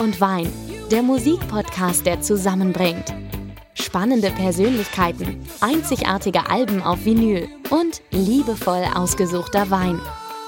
und Wein, der Musikpodcast, der zusammenbringt. Spannende Persönlichkeiten, einzigartige Alben auf Vinyl und liebevoll ausgesuchter Wein.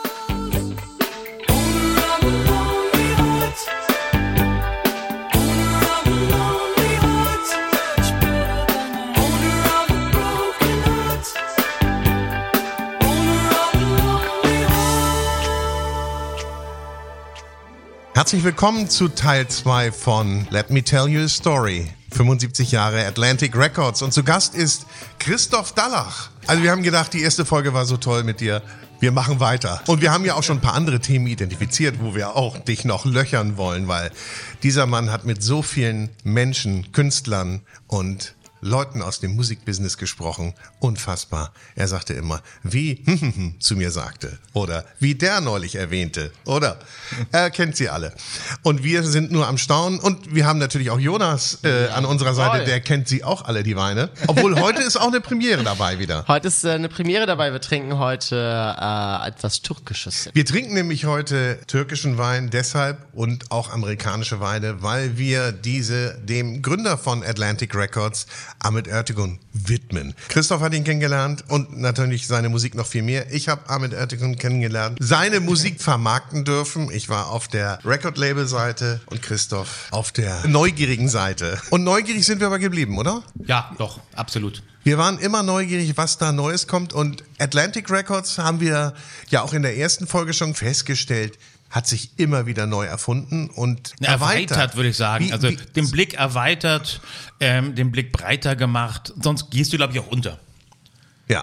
Herzlich willkommen zu Teil 2 von Let Me Tell You a Story. 75 Jahre Atlantic Records. Und zu Gast ist Christoph Dallach. Also wir haben gedacht, die erste Folge war so toll mit dir. Wir machen weiter. Und wir haben ja auch schon ein paar andere Themen identifiziert, wo wir auch dich noch löchern wollen, weil dieser Mann hat mit so vielen Menschen, Künstlern und Leuten aus dem Musikbusiness gesprochen. Unfassbar. Er sagte immer, wie zu mir sagte oder wie der neulich erwähnte oder er kennt sie alle. Und wir sind nur am Staunen und wir haben natürlich auch Jonas an unserer Seite, der kennt sie auch alle, die Weine. Obwohl heute ist auch eine Premiere dabei wieder. Heute ist eine Premiere dabei. Wir trinken heute etwas Türkisches. Wir trinken nämlich heute türkischen Wein deshalb und auch amerikanische Weine, weil wir diese dem Gründer von Atlantic Records, Ahmet Ertegun, widmen. Christoph hat ihn kennengelernt und natürlich seine Musik noch viel mehr. Ich habe Ahmet Ertegun kennengelernt, seine Musik vermarkten dürfen. Ich war auf der Record-Label-Seite und Christoph auf der neugierigen Seite. Und neugierig sind wir aber geblieben, oder? Ja, doch, absolut. Wir waren immer neugierig, was da Neues kommt. Und Atlantic Records haben wir ja auch in der ersten Folge schon festgestellt, hat sich immer wieder neu erfunden und erweitert, würde ich sagen. Den Blick erweitert, den Blick breiter gemacht. Sonst gehst du, glaube ich, auch unter. Ja.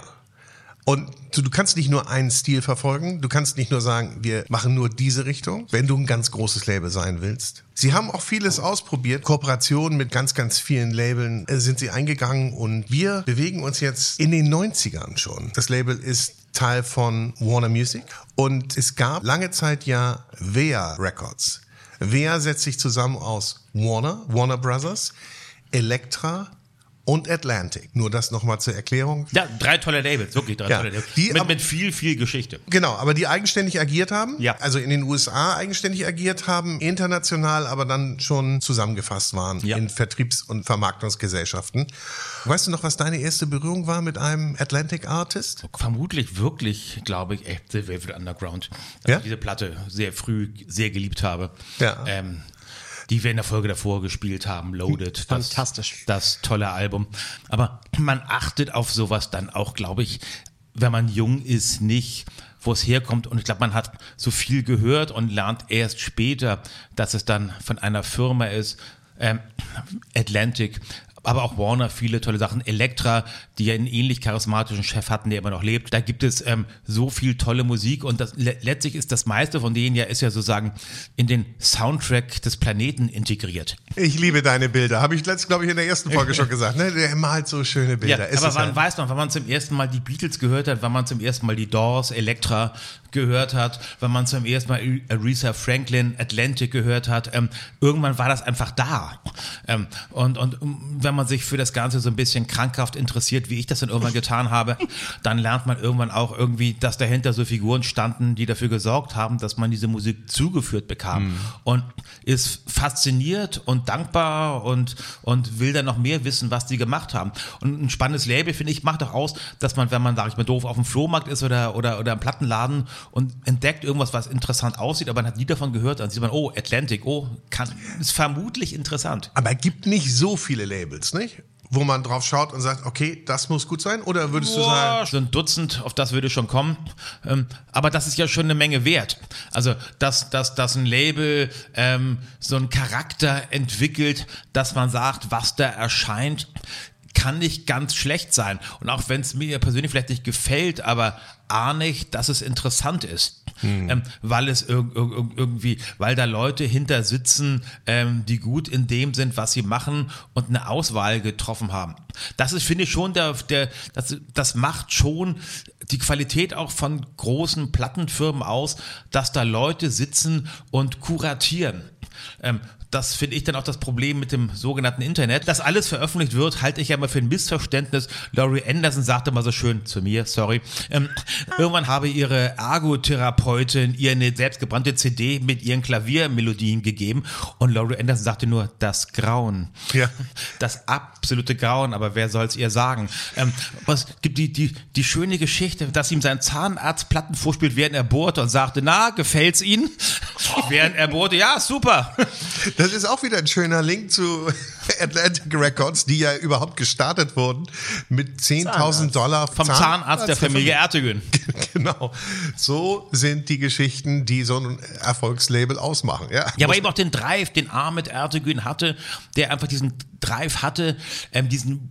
Und du kannst nicht nur einen Stil verfolgen, du kannst nicht nur sagen, wir machen nur diese Richtung, wenn du ein ganz großes Label sein willst. Sie haben auch vieles ausprobiert, Kooperationen mit ganz, ganz vielen Labeln sind sie eingegangen und wir bewegen uns jetzt in den 90ern schon. Das Label ist Teil von Warner Music und es gab lange Zeit ja WEA Records. WEA setzt sich zusammen aus Warner Brothers, Elektra und Atlantic. Nur das nochmal zur Erklärung. Ja, 3 tolle Labels, wirklich 3 tolle Labels. Mit viel, viel Geschichte. Genau, aber die eigenständig agiert haben, ja. Also in den USA eigenständig agiert haben, international aber dann schon zusammengefasst waren in Vertriebs- und Vermarktungsgesellschaften. Weißt du noch, was deine erste Berührung war mit einem Atlantic Artist? Vermutlich wirklich, glaube ich, The Velvet Underground. Ja? Ich diese Platte sehr früh sehr geliebt habe. Ja. Die wir in der Folge davor gespielt haben, Loaded. Fantastisch. Das tolle Album. Aber man achtet auf sowas dann auch, glaube ich, wenn man jung ist, nicht, wo es herkommt. Und ich glaube, man hat so viel gehört und lernt erst später, dass es dann von einer Firma ist, Atlantic, aber auch Warner, viele tolle Sachen. Elektra, die ja einen ähnlich charismatischen Chef hatten, der immer noch lebt. Da gibt es so viel tolle Musik und letztlich ist das meiste von denen ist ja sozusagen in den Soundtrack des Planeten integriert. Ich liebe deine Bilder. Habe ich letztens, glaube ich, in der ersten Folge schon gesagt. Ne? Der malt so schöne Bilder. Ja, aber man weiß noch, wenn man zum ersten Mal die Beatles gehört hat, wenn man zum ersten Mal die Doors, Elektra gehört hat, wenn man zum ersten Mal Aretha Franklin, Atlantic gehört hat, irgendwann war das einfach da. Und wenn man sich für das Ganze so ein bisschen krankhaft interessiert, wie ich das dann irgendwann getan habe, dann lernt man irgendwann auch irgendwie, dass dahinter so Figuren standen, die dafür gesorgt haben, dass man diese Musik zugeführt bekam und ist fasziniert und dankbar und will dann noch mehr wissen, was die gemacht haben. Und ein spannendes Label, finde ich, macht auch aus, dass man, wenn man, sag ich mal, doof auf dem Flohmarkt ist oder im Plattenladen und entdeckt irgendwas, was interessant aussieht, aber man hat nie davon gehört, dann sieht man, oh, Atlantic, ist vermutlich interessant. Aber es gibt nicht so viele Labels, nicht? Wo man drauf schaut und sagt, okay, das muss gut sein? Oder würdest du sagen... So ein Dutzend, auf das würde schon kommen. Aber das ist ja schon eine Menge wert. Also, dass ein Label so einen Charakter entwickelt, dass man sagt, was da erscheint, kann nicht ganz schlecht sein. Und auch wenn es mir persönlich vielleicht nicht gefällt, aber ahne ich, dass es interessant ist. Weil es irgendwie, weil da Leute hinter sitzen, die gut in dem sind, was sie machen und eine Auswahl getroffen haben. Das ist, finde ich, schon das macht schon die Qualität auch von großen Plattenfirmen aus, dass da Leute sitzen und kuratieren. das finde ich dann auch das Problem mit dem sogenannten Internet. Dass alles veröffentlicht wird, halte ich ja immer für ein Missverständnis. Laurie Anderson sagte mal so schön zu mir, sorry, irgendwann habe ihre Ergotherapeutin ihr eine selbstgebrannte CD mit ihren Klaviermelodien gegeben und Laurie Anderson sagte nur, das Grauen. Ja. Das absolute Grauen, aber wer soll es ihr sagen? Es gibt die schöne Geschichte, dass ihm sein Zahnarzt Platten vorspielt, während er bohrte und sagte, na, gefällt's Ihnen? Während er bohrte, ja, super. Das ist auch wieder ein schöner Link zu Atlantic Records, die ja überhaupt gestartet wurden mit $10.000 vom Zahnarzt der Familie Ertegün. Genau. So sind die Geschichten, die so ein Erfolgslabel ausmachen. Ja, aber eben auch den Drive, den Ahmet Ertegün hatte, der einfach diesen Drive hatte, diesen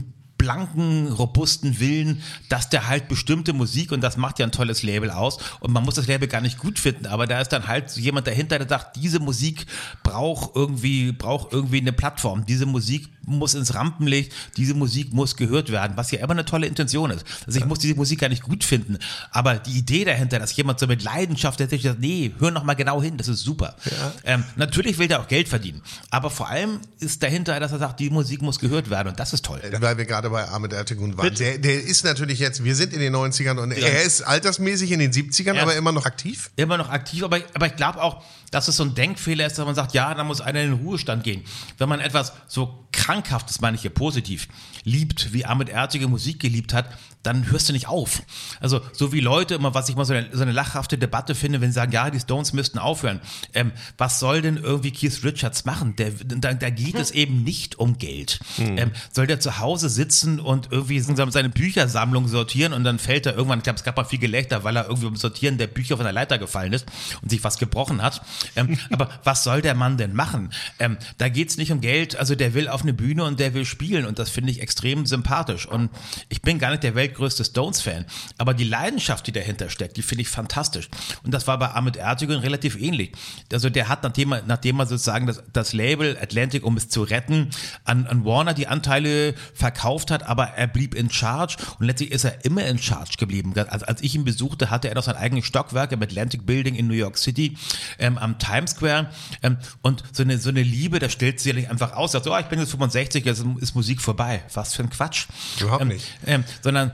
blanken, robusten Willen, dass der halt bestimmte Musik, und das macht ja ein tolles Label aus, und man muss das Label gar nicht gut finden, aber da ist dann halt jemand dahinter, der sagt, diese Musik braucht irgendwie eine Plattform, diese Musik muss ins Rampenlicht, diese Musik muss gehört werden, was ja immer eine tolle Intention ist. Also ich muss diese Musik gar nicht gut finden, aber die Idee dahinter, dass jemand so mit Leidenschaft tatsächlich sagt, nee, hör noch mal genau hin, das ist super. Ja. Natürlich will der auch Geld verdienen, aber vor allem ist dahinter, dass er sagt, die Musik muss gehört werden, und das ist toll. Weil wir gerade bei Ahmet Ertegün waren. Der ist natürlich jetzt, wir sind in den 90ern und er ist altersmäßig in den 70ern, aber immer noch aktiv? Immer noch aktiv, aber ich glaube auch, dass es so ein Denkfehler ist, dass man sagt, ja, da muss einer in den Ruhestand gehen. Wenn man etwas so krankhaft, das meine ich hier positiv, liebt, wie Ahmet Ertegün Musik geliebt hat, dann hörst du nicht auf. Also so wie Leute immer, was ich mal so eine lachhafte Debatte finde, wenn sie sagen, ja, die Stones müssten aufhören. Was soll denn irgendwie Keith Richards machen? Da geht es eben nicht um Geld. Soll der zu Hause sitzen und irgendwie seine Büchersammlung sortieren und dann fällt er irgendwann, ich glaube, es gab mal viel Gelächter, weil er irgendwie beim Sortieren der Bücher von der Leiter gefallen ist und sich was gebrochen hat. Aber was soll der Mann denn machen? Da geht es nicht um Geld, also der will auf eine Bühne und der will spielen, und das finde ich extrem sympathisch. Und ich bin gar nicht der weltgrößte Stones-Fan, aber die Leidenschaft, die dahinter steckt, die finde ich fantastisch. Und das war bei Ahmet Ertegün relativ ähnlich. Also der hat, nachdem er sozusagen das Label Atlantic, um es zu retten, an Warner die Anteile verkauft hat, aber er blieb in Charge, und letztlich ist er immer in Charge geblieben. Also als ich ihn besuchte, hatte er noch sein eigenes Stockwerk im Atlantic Building in New York City, am Times Square, und so eine Liebe, da stellt sie ja nicht einfach aus, sagt so, ich bin jetzt 65, jetzt ist Musik vorbei. Was für ein Quatsch. Überhaupt nicht. Sondern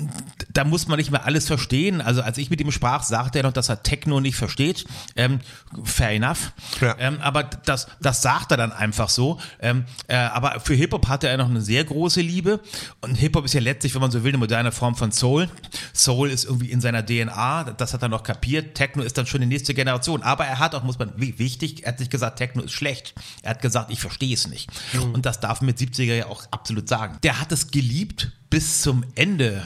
da muss man nicht mehr alles verstehen. Also als ich mit ihm sprach, sagte er noch, dass er Techno nicht versteht. Fair enough. Ja. Aber das sagt er dann einfach so. Aber für Hip-Hop hatte er noch eine sehr große Liebe. Und Hip-Hop ist ja letztlich, wenn man so will, eine moderne Form von Soul. Soul ist irgendwie in seiner DNA. Das hat er noch kapiert. Techno ist dann schon die nächste Generation. Aber er hat auch, wichtig, er hat nicht gesagt, Techno ist schlecht. Er hat gesagt, ich verstehe es nicht. Und das darf man mit 70er ja auch absolut sagen. Der hat es geliebt bis zum Ende.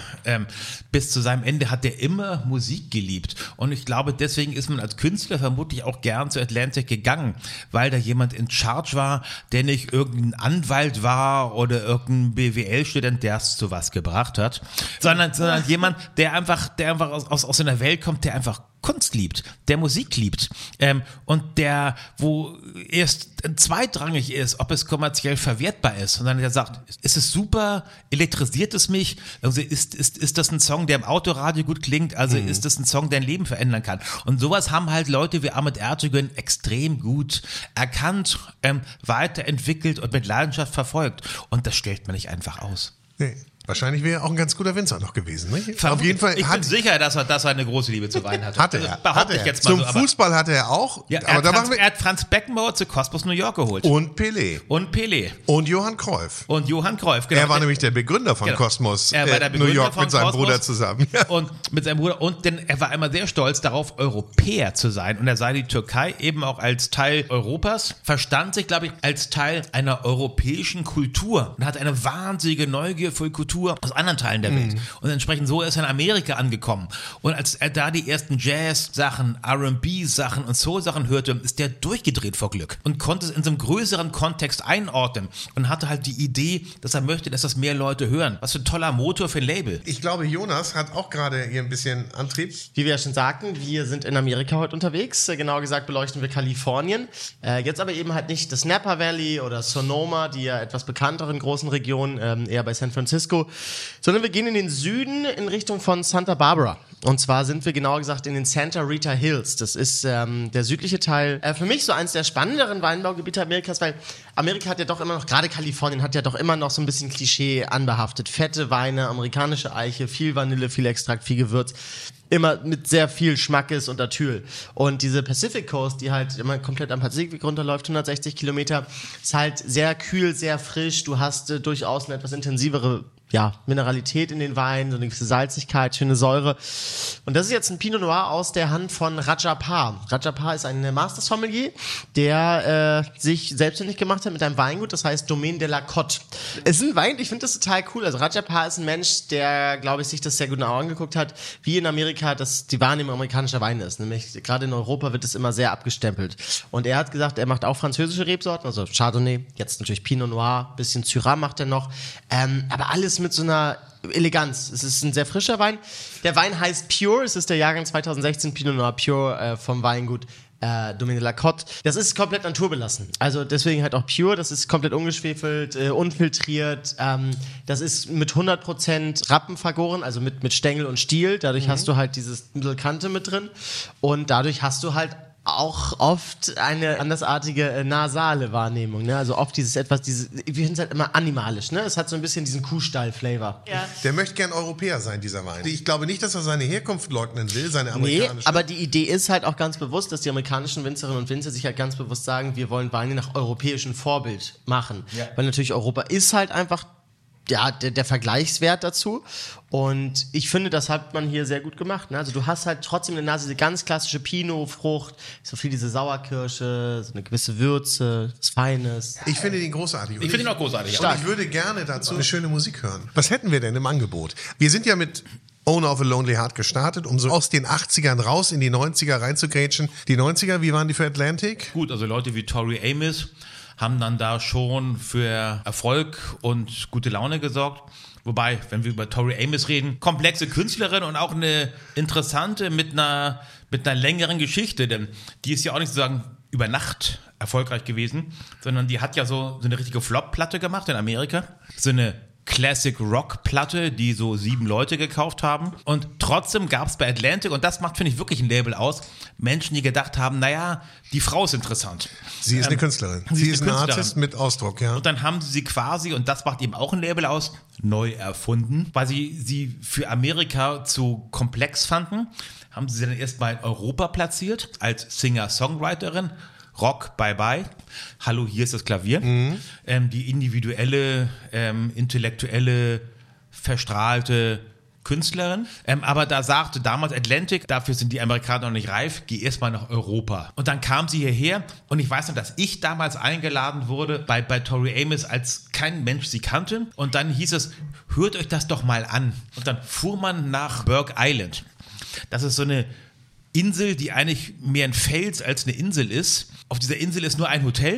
Bis zu seinem Ende hat er immer Musik geliebt. Und ich glaube, deswegen ist man als Künstler vermutlich auch gern zu Atlantic gegangen, weil da jemand in Charge war, der nicht irgendein Anwalt war oder irgendein BWL-Student, der es zu was gebracht hat, sondern jemand, der einfach aus einer Welt kommt, der einfach Kunst liebt, der Musik liebt, und der, wo erst zweitrangig ist, ob es kommerziell verwertbar ist, sondern der sagt, ist es super, elektrisiert es mich, also ist das ein Song, der im Autoradio gut klingt, also ist das ein Song, der ein Leben verändern kann, und sowas haben halt Leute wie Ahmet Ertegün extrem gut erkannt, weiterentwickelt und mit Leidenschaft verfolgt, und das stellt man nicht einfach aus. Nee. Wahrscheinlich wäre er auch ein ganz guter Winzer noch gewesen. Nicht? Auf jeden Fall. Ich bin sicher, dass er eine große Liebe zu Wein hatte. Hatte er. Behaupte ich jetzt mal Zum so, Fußball hatte er auch. Ja, er hat Franz Beckenbauer zu Cosmos New York geholt. Und Pelé. Und Johann Cruyff. Genau. Er war nämlich der Begründer von Cosmos New York mit seinem Bruder zusammen. Ja. Und mit seinem Bruder. Und denn er war immer sehr stolz darauf, Europäer zu sein. Und er sah die Türkei eben auch als Teil Europas, verstand sich, glaube ich, als Teil einer europäischen Kultur und hatte eine wahnsinnige Neugier für Kultur aus anderen Teilen der Welt. Und entsprechend so ist er in Amerika angekommen. Und als er da die ersten Jazz-Sachen, R&B-Sachen und Soul-Sachen hörte, ist der durchgedreht vor Glück und konnte es in so einem größeren Kontext einordnen und hatte halt die Idee, dass er möchte, dass das mehr Leute hören. Was für ein toller Motor für ein Label. Ich glaube, Jonas hat auch gerade hier ein bisschen Antrieb. Wie wir ja schon sagten, wir sind in Amerika heute unterwegs. Genauer gesagt beleuchten wir Kalifornien. Jetzt aber eben halt nicht das Napa Valley oder Sonoma, die ja etwas bekannteren großen Regionen, eher bei San Francisco, so, sondern wir gehen in den Süden in Richtung von Santa Barbara. Und zwar sind wir genauer gesagt in den Santa Rita Hills. Das ist der südliche Teil. Für mich so eins der spannenderen Weinbaugebiete Amerikas, weil Amerika hat ja doch immer noch, gerade Kalifornien hat ja doch immer noch so ein bisschen Klischee anbehaftet. Fette Weine, amerikanische Eiche, viel Vanille, viel Extrakt, viel Gewürz. Immer mit sehr viel Schmackes und Atyl. Und diese Pacific Coast, die halt immer komplett am Pazifik runterläuft, 160 Kilometer, ist halt sehr kühl, sehr frisch. Du hast durchaus eine etwas intensivere Mineralität in den Weinen, so eine gewisse Salzigkeit, schöne Säure. Und das ist jetzt ein Pinot Noir aus der Hand von Rajappa. Rajappa ist ein Master-Sommelier, der sich selbstständig gemacht hat mit einem Weingut, das heißt Domaine de la Cote. Es ist ein Wein, ich finde das total cool. Also Rajappa ist ein Mensch, der, glaube ich, sich das sehr gut angeguckt hat, wie in Amerika die Wahrnehmung amerikanischer Weine ist. Nämlich gerade in Europa wird es immer sehr abgestempelt. Und er hat gesagt, er macht auch französische Rebsorten, also Chardonnay, jetzt natürlich Pinot Noir, bisschen Syrah macht er noch, aber alles mit so einer Eleganz. Es ist ein sehr frischer Wein. Der Wein heißt Pure. Es ist der Jahrgang 2016 Pinot Noir Pure vom Weingut Domaine de la Cote. Das ist komplett naturbelassen. Also deswegen halt auch Pure. Das ist komplett ungeschwefelt, unfiltriert. Das ist mit 100% Rappen vergoren, also mit Stängel und Stiel. Dadurch hast du halt dieses Kante mit drin. Und dadurch hast du halt auch oft eine andersartige nasale Wahrnehmung, ne? Also oft wir finden es halt immer animalisch, ne? Es hat so ein bisschen diesen Kuhstall-Flavor. Ja. Der möchte gern Europäer sein, dieser Wein. Ich glaube nicht, dass er seine Herkunft leugnen will, seine amerikanische. Nee, aber die Idee ist halt auch ganz bewusst, dass die amerikanischen Winzerinnen und Winzer sich halt ganz bewusst sagen, wir wollen Weine nach europäischem Vorbild machen. Ja. Weil natürlich Europa ist halt einfach der Vergleichswert dazu. Und ich finde, das hat man hier sehr gut gemacht. Ne? Also du hast halt trotzdem in der Nase diese ganz klassische Pinot-Frucht, so viel diese Sauerkirsche, so eine gewisse Würze, was Feines. Ich finde den großartig. Ich finde ihn auch großartig. Und ich würde gerne dazu eine schöne Musik hören. Was hätten wir denn im Angebot? Wir sind ja mit Owner of a Lonely Heart gestartet, um so aus den 80ern raus in die 90er reinzugrätschen. Die 90er, wie waren die für Atlantic? Gut, also Leute wie Tori Amos haben dann da schon für Erfolg und gute Laune gesorgt. Wobei, wenn wir über Tori Amos reden, komplexe Künstlerin und auch eine interessante mit einer längeren Geschichte, denn die ist ja auch nicht sozusagen über Nacht erfolgreich gewesen, sondern die hat ja so eine richtige Flop-Platte gemacht in Amerika. So eine Classic-Rock-Platte, die so 7 Leute gekauft haben. Und trotzdem gab es bei Atlantic, und das macht, finde ich, wirklich ein Label aus, Menschen, die gedacht haben, naja, die Frau ist interessant. Sie ist eine Künstlerin. Sie ist ein Artist mit Ausdruck, ja. Und dann haben sie quasi, und das macht eben auch ein Label aus, neu erfunden, weil sie für Amerika zu komplex fanden, haben sie dann erstmal in Europa platziert, als Singer-Songwriterin. Rock, bye bye. Hallo, hier ist das Klavier. Die individuelle, intellektuelle, verstrahlte Künstlerin. Aber da sagte damals Atlantic, dafür sind die Amerikaner noch nicht reif, geh erstmal nach Europa. Und dann kam sie hierher und ich weiß noch, dass ich damals eingeladen wurde bei Tori Amos, als kein Mensch sie kannte. Und dann hieß es, hört euch das doch mal an. Und dann fuhr man nach Burke Island. Das ist so eine Insel, die eigentlich mehr ein Fels als eine Insel ist. Auf dieser Insel ist nur ein Hotel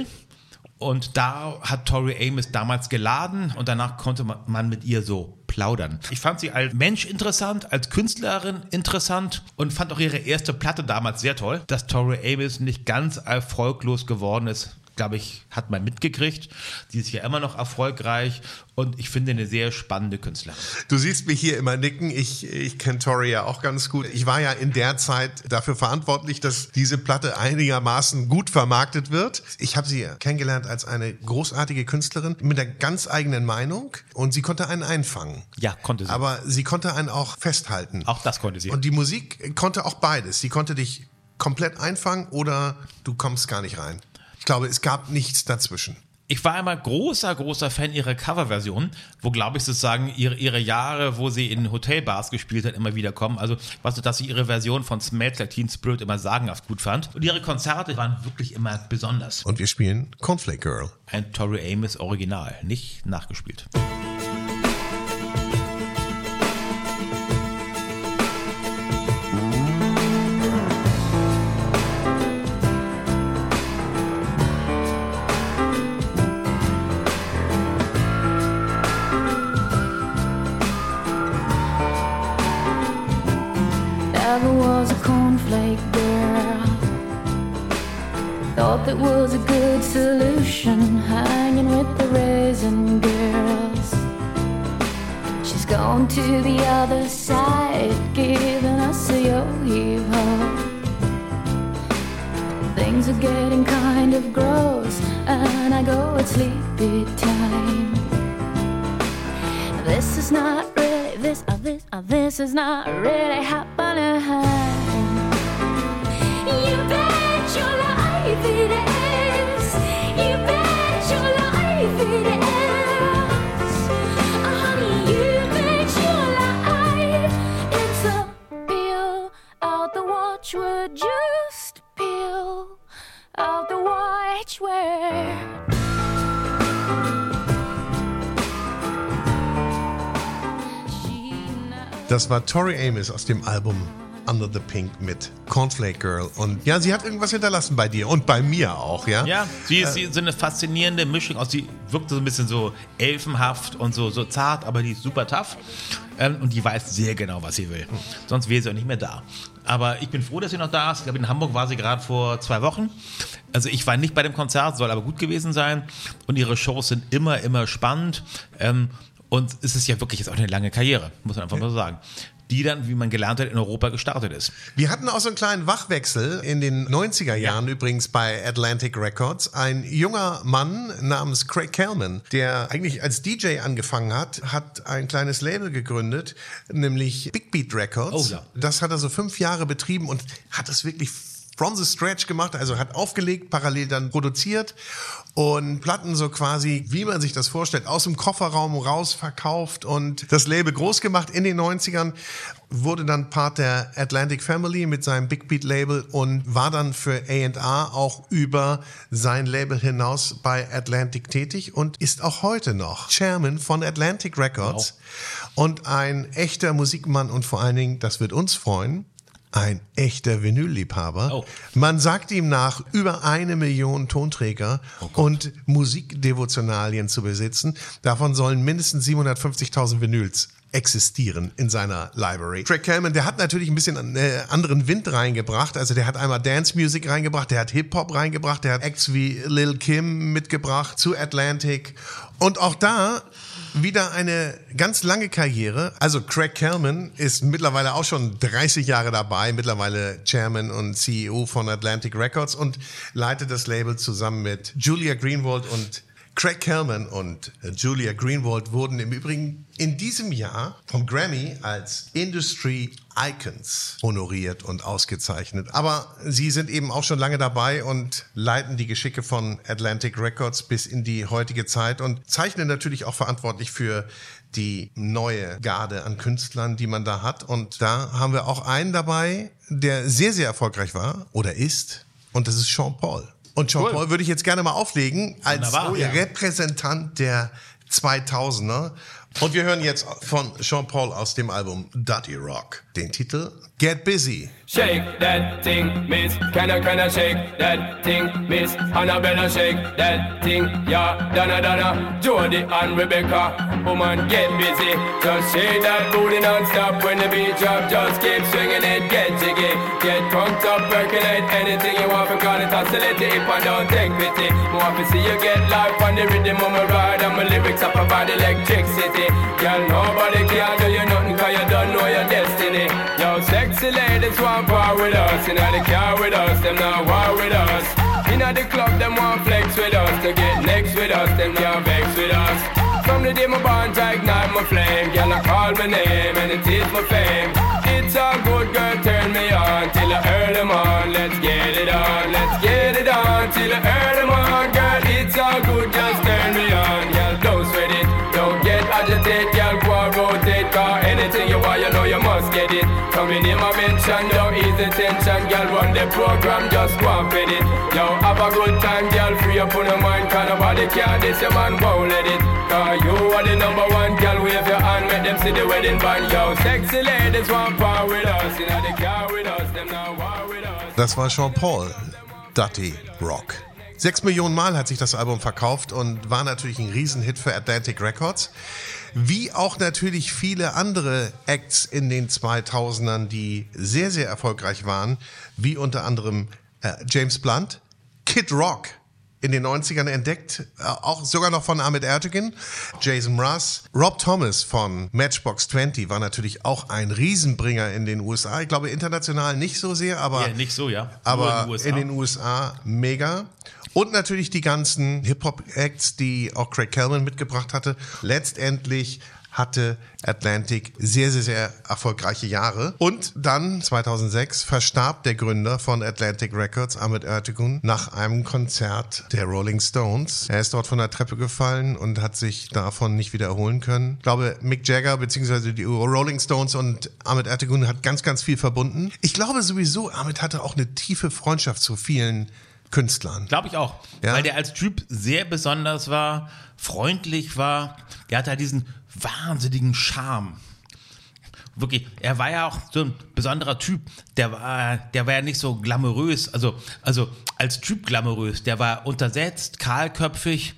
und da hat Tori Amos damals geladen und danach konnte man mit ihr so plaudern. Ich fand sie als Mensch interessant, als Künstlerin interessant und fand auch ihre erste Platte damals sehr toll. Dass Tori Amos nicht ganz erfolglos geworden ist, glaube ich, hat man mitgekriegt. Sie ist ja immer noch erfolgreich und ich finde eine sehr spannende Künstlerin. Du siehst mich hier immer nicken. Ich kenne Tori ja auch ganz gut. Ich war ja in der Zeit dafür verantwortlich, dass diese Platte einigermaßen gut vermarktet wird. Ich habe sie kennengelernt als eine großartige Künstlerin mit einer ganz eigenen Meinung und sie konnte einen einfangen. Ja, konnte sie. Aber sie konnte einen auch festhalten. Auch das konnte sie. Und die Musik konnte auch beides. Sie konnte dich komplett einfangen oder du kommst gar nicht rein. Ich glaube, es gab nichts dazwischen. Ich war einmal großer Fan ihrer Coverversion, wo, glaube ich, sozusagen ihre Jahre, wo sie in Hotelbars gespielt hat, immer wieder kommen. Also, weißt du, dass ich ihre Version von Smells Like Teen Spirit immer sagenhaft gut fand. Und ihre Konzerte waren wirklich immer besonders. Und wir spielen Cornflake Girl. Ein Tori Amos Original, nicht nachgespielt. Never was a cornflake girl. Thought that was a good solution, hanging with the raisin girls. gone to the other side, giving us a yo-yo. Things are getting kind of gross, and I go at sleepy time. This is not really, this is not really happening. You bet your life it is. You bet your life it is. Honey, you bet your life. It's a peel out the watchword, just peel out the watchword. Das war Tori Amos aus dem Album Under the Pink mit Cornflake Girl. Und ja, sie hat irgendwas hinterlassen bei dir und bei mir auch, ja? Ja, sie ist so eine faszinierende Mischung aus, sie wirkt so ein bisschen so elfenhaft und so zart, aber die ist super tough. Und die weiß sehr genau, was sie will. Sonst wäre sie auch nicht mehr da. Aber ich bin froh, dass sie noch da ist. Ich glaube, in Hamburg war sie gerade vor 2 Wochen. Also ich war nicht bei dem Konzert, soll aber gut gewesen sein. Und ihre Shows sind immer spannend. Und es ist ja wirklich jetzt auch eine lange Karriere, muss man einfach mal so sagen, die dann, wie man gelernt hat, in Europa gestartet ist. Wir hatten auch so einen kleinen Wachwechsel in den 90er Jahren übrigens bei Atlantic Records. Ein junger Mann namens Craig Kellman, der eigentlich als DJ angefangen hat, hat ein kleines Label gegründet, nämlich Big Beat Records. Oh ja. Das hat er so 5 Jahre betrieben und hat das wirklich from the scratch gemacht, also hat aufgelegt, parallel dann produziert und Platten so quasi, wie man sich das vorstellt, aus dem Kofferraum raus verkauft und das Label groß gemacht in den 90ern, wurde dann Part der Atlantic Family mit seinem Big Beat Label und war dann für A&R auch über sein Label hinaus bei Atlantic tätig und ist auch heute noch Chairman von Atlantic Records und ein echter Musikmann und vor allen Dingen, das wird uns freuen, ein echter Vinylliebhaber. Oh. Man sagt ihm nach, über 1 Million Tonträger und Musikdevotionalien zu besitzen. Davon sollen mindestens 750.000 Vinyls existieren in seiner Library. Craig Kellman, der hat natürlich ein bisschen anderen Wind reingebracht. Also der hat einmal Dance Music reingebracht, der hat Hip-Hop reingebracht, der hat Acts wie Lil Kim mitgebracht zu Atlantic. Und auch da wieder eine ganz lange Karriere. Also Craig Kellman ist mittlerweile auch schon 30 Jahre dabei, mittlerweile Chairman und CEO von Atlantic Records und leitet das Label zusammen mit Julia Greenwald. Und Craig Kellman und Julia Greenwald wurden im Übrigen in diesem Jahr vom Grammy als Industry Icons honoriert und ausgezeichnet. Aber sie sind eben auch schon lange dabei und leiten die Geschicke von Atlantic Records bis in die heutige Zeit und zeichnen natürlich auch verantwortlich für die neue Garde an Künstlern, die man da hat. Und da haben wir auch einen dabei, der sehr, sehr erfolgreich war oder ist. Und das ist Sean Paul. Und Sean Paul würde ich jetzt gerne mal auflegen als Repräsentant der 2000er. Und wir hören jetzt von Sean Paul aus dem Album Dirty Rock den Titel Get Busy. Shake that thing, miss. Can I shake that thing, miss? Annabella, shake that thing, yeah. Donna, Jody and Rebecca. Woman, get busy. Just shake that booty non-stop when the beat drop. Just keep swinging it, get jiggy. Get crunked up, percolate anything you want. Call it oscillate if I don't take pity. More to see you get life on the rhythm of my ride. And my lyrics up about electricity. Girl, nobody can do you nothing cause you don't know your destiny. Yo, sexy ladies want part with us. Inna the car with us, them not war with us. Inna the club, them want flex with us. To get next with us, them can't vex with us. From the day my bond to ignite my flame. Girl, I call my name and it is my fame. It's a good girl, turn me on till I earn them on. Let's get it on, let's get it on till I earn them on. Girl, it's all good, just turn me on. Girl, don't sweat it, don't get agitated. Girl, go and rotate, cause anything you want, you know you must get it. Coming in my mention, don't ease the tension. Girl, run the program, just go and fit it. Yo, have a good time, girl, free up on your mind. Cause nobody can, this your man won't let it. Cause you are the number one, girl, wave your hand, make them see the wedding band. Yo, sexy ladies want part with us. In the car with us, them now war with us. Das war Sean Paul, Dirty Rock. 6 Millionen Mal hat sich das Album verkauft und war natürlich ein Riesenhit für Atlantic Records. Wie auch natürlich viele andere Acts in den 2000ern, die sehr, sehr erfolgreich waren, wie unter anderem James Blunt, Kid Rock in den 90ern entdeckt, auch sogar noch von Ahmet Ertegun, Jason Mraz. Rob Thomas von Matchbox 20 war natürlich auch ein Riesenbringer in den USA. Ich glaube international nicht so sehr, aber, nicht so, ja. Aber in den USA mega. Und natürlich die ganzen Hip-Hop-Acts, die auch Craig Kelman mitgebracht hatte. Letztendlich hatte Atlantic sehr, sehr, sehr erfolgreiche Jahre. Und dann, 2006, verstarb der Gründer von Atlantic Records, Ahmet Ertegun, nach einem Konzert der Rolling Stones. Er ist dort von der Treppe gefallen und hat sich davon nicht wieder erholen können. Ich glaube, Mick Jagger bzw. die Rolling Stones und Ahmet Ertegun hat ganz, ganz viel verbunden. Ich glaube sowieso, Ahmet hatte auch eine tiefe Freundschaft zu vielen Künstlern. Glaube ich auch, weil der als Typ sehr besonders war, freundlich war. Der hatte halt diesen wahnsinnigen Charme. Wirklich, er war ja auch so ein besonderer Typ. Der war ja nicht so glamourös, also als Typ glamourös. Der war untersetzt, kahlköpfig,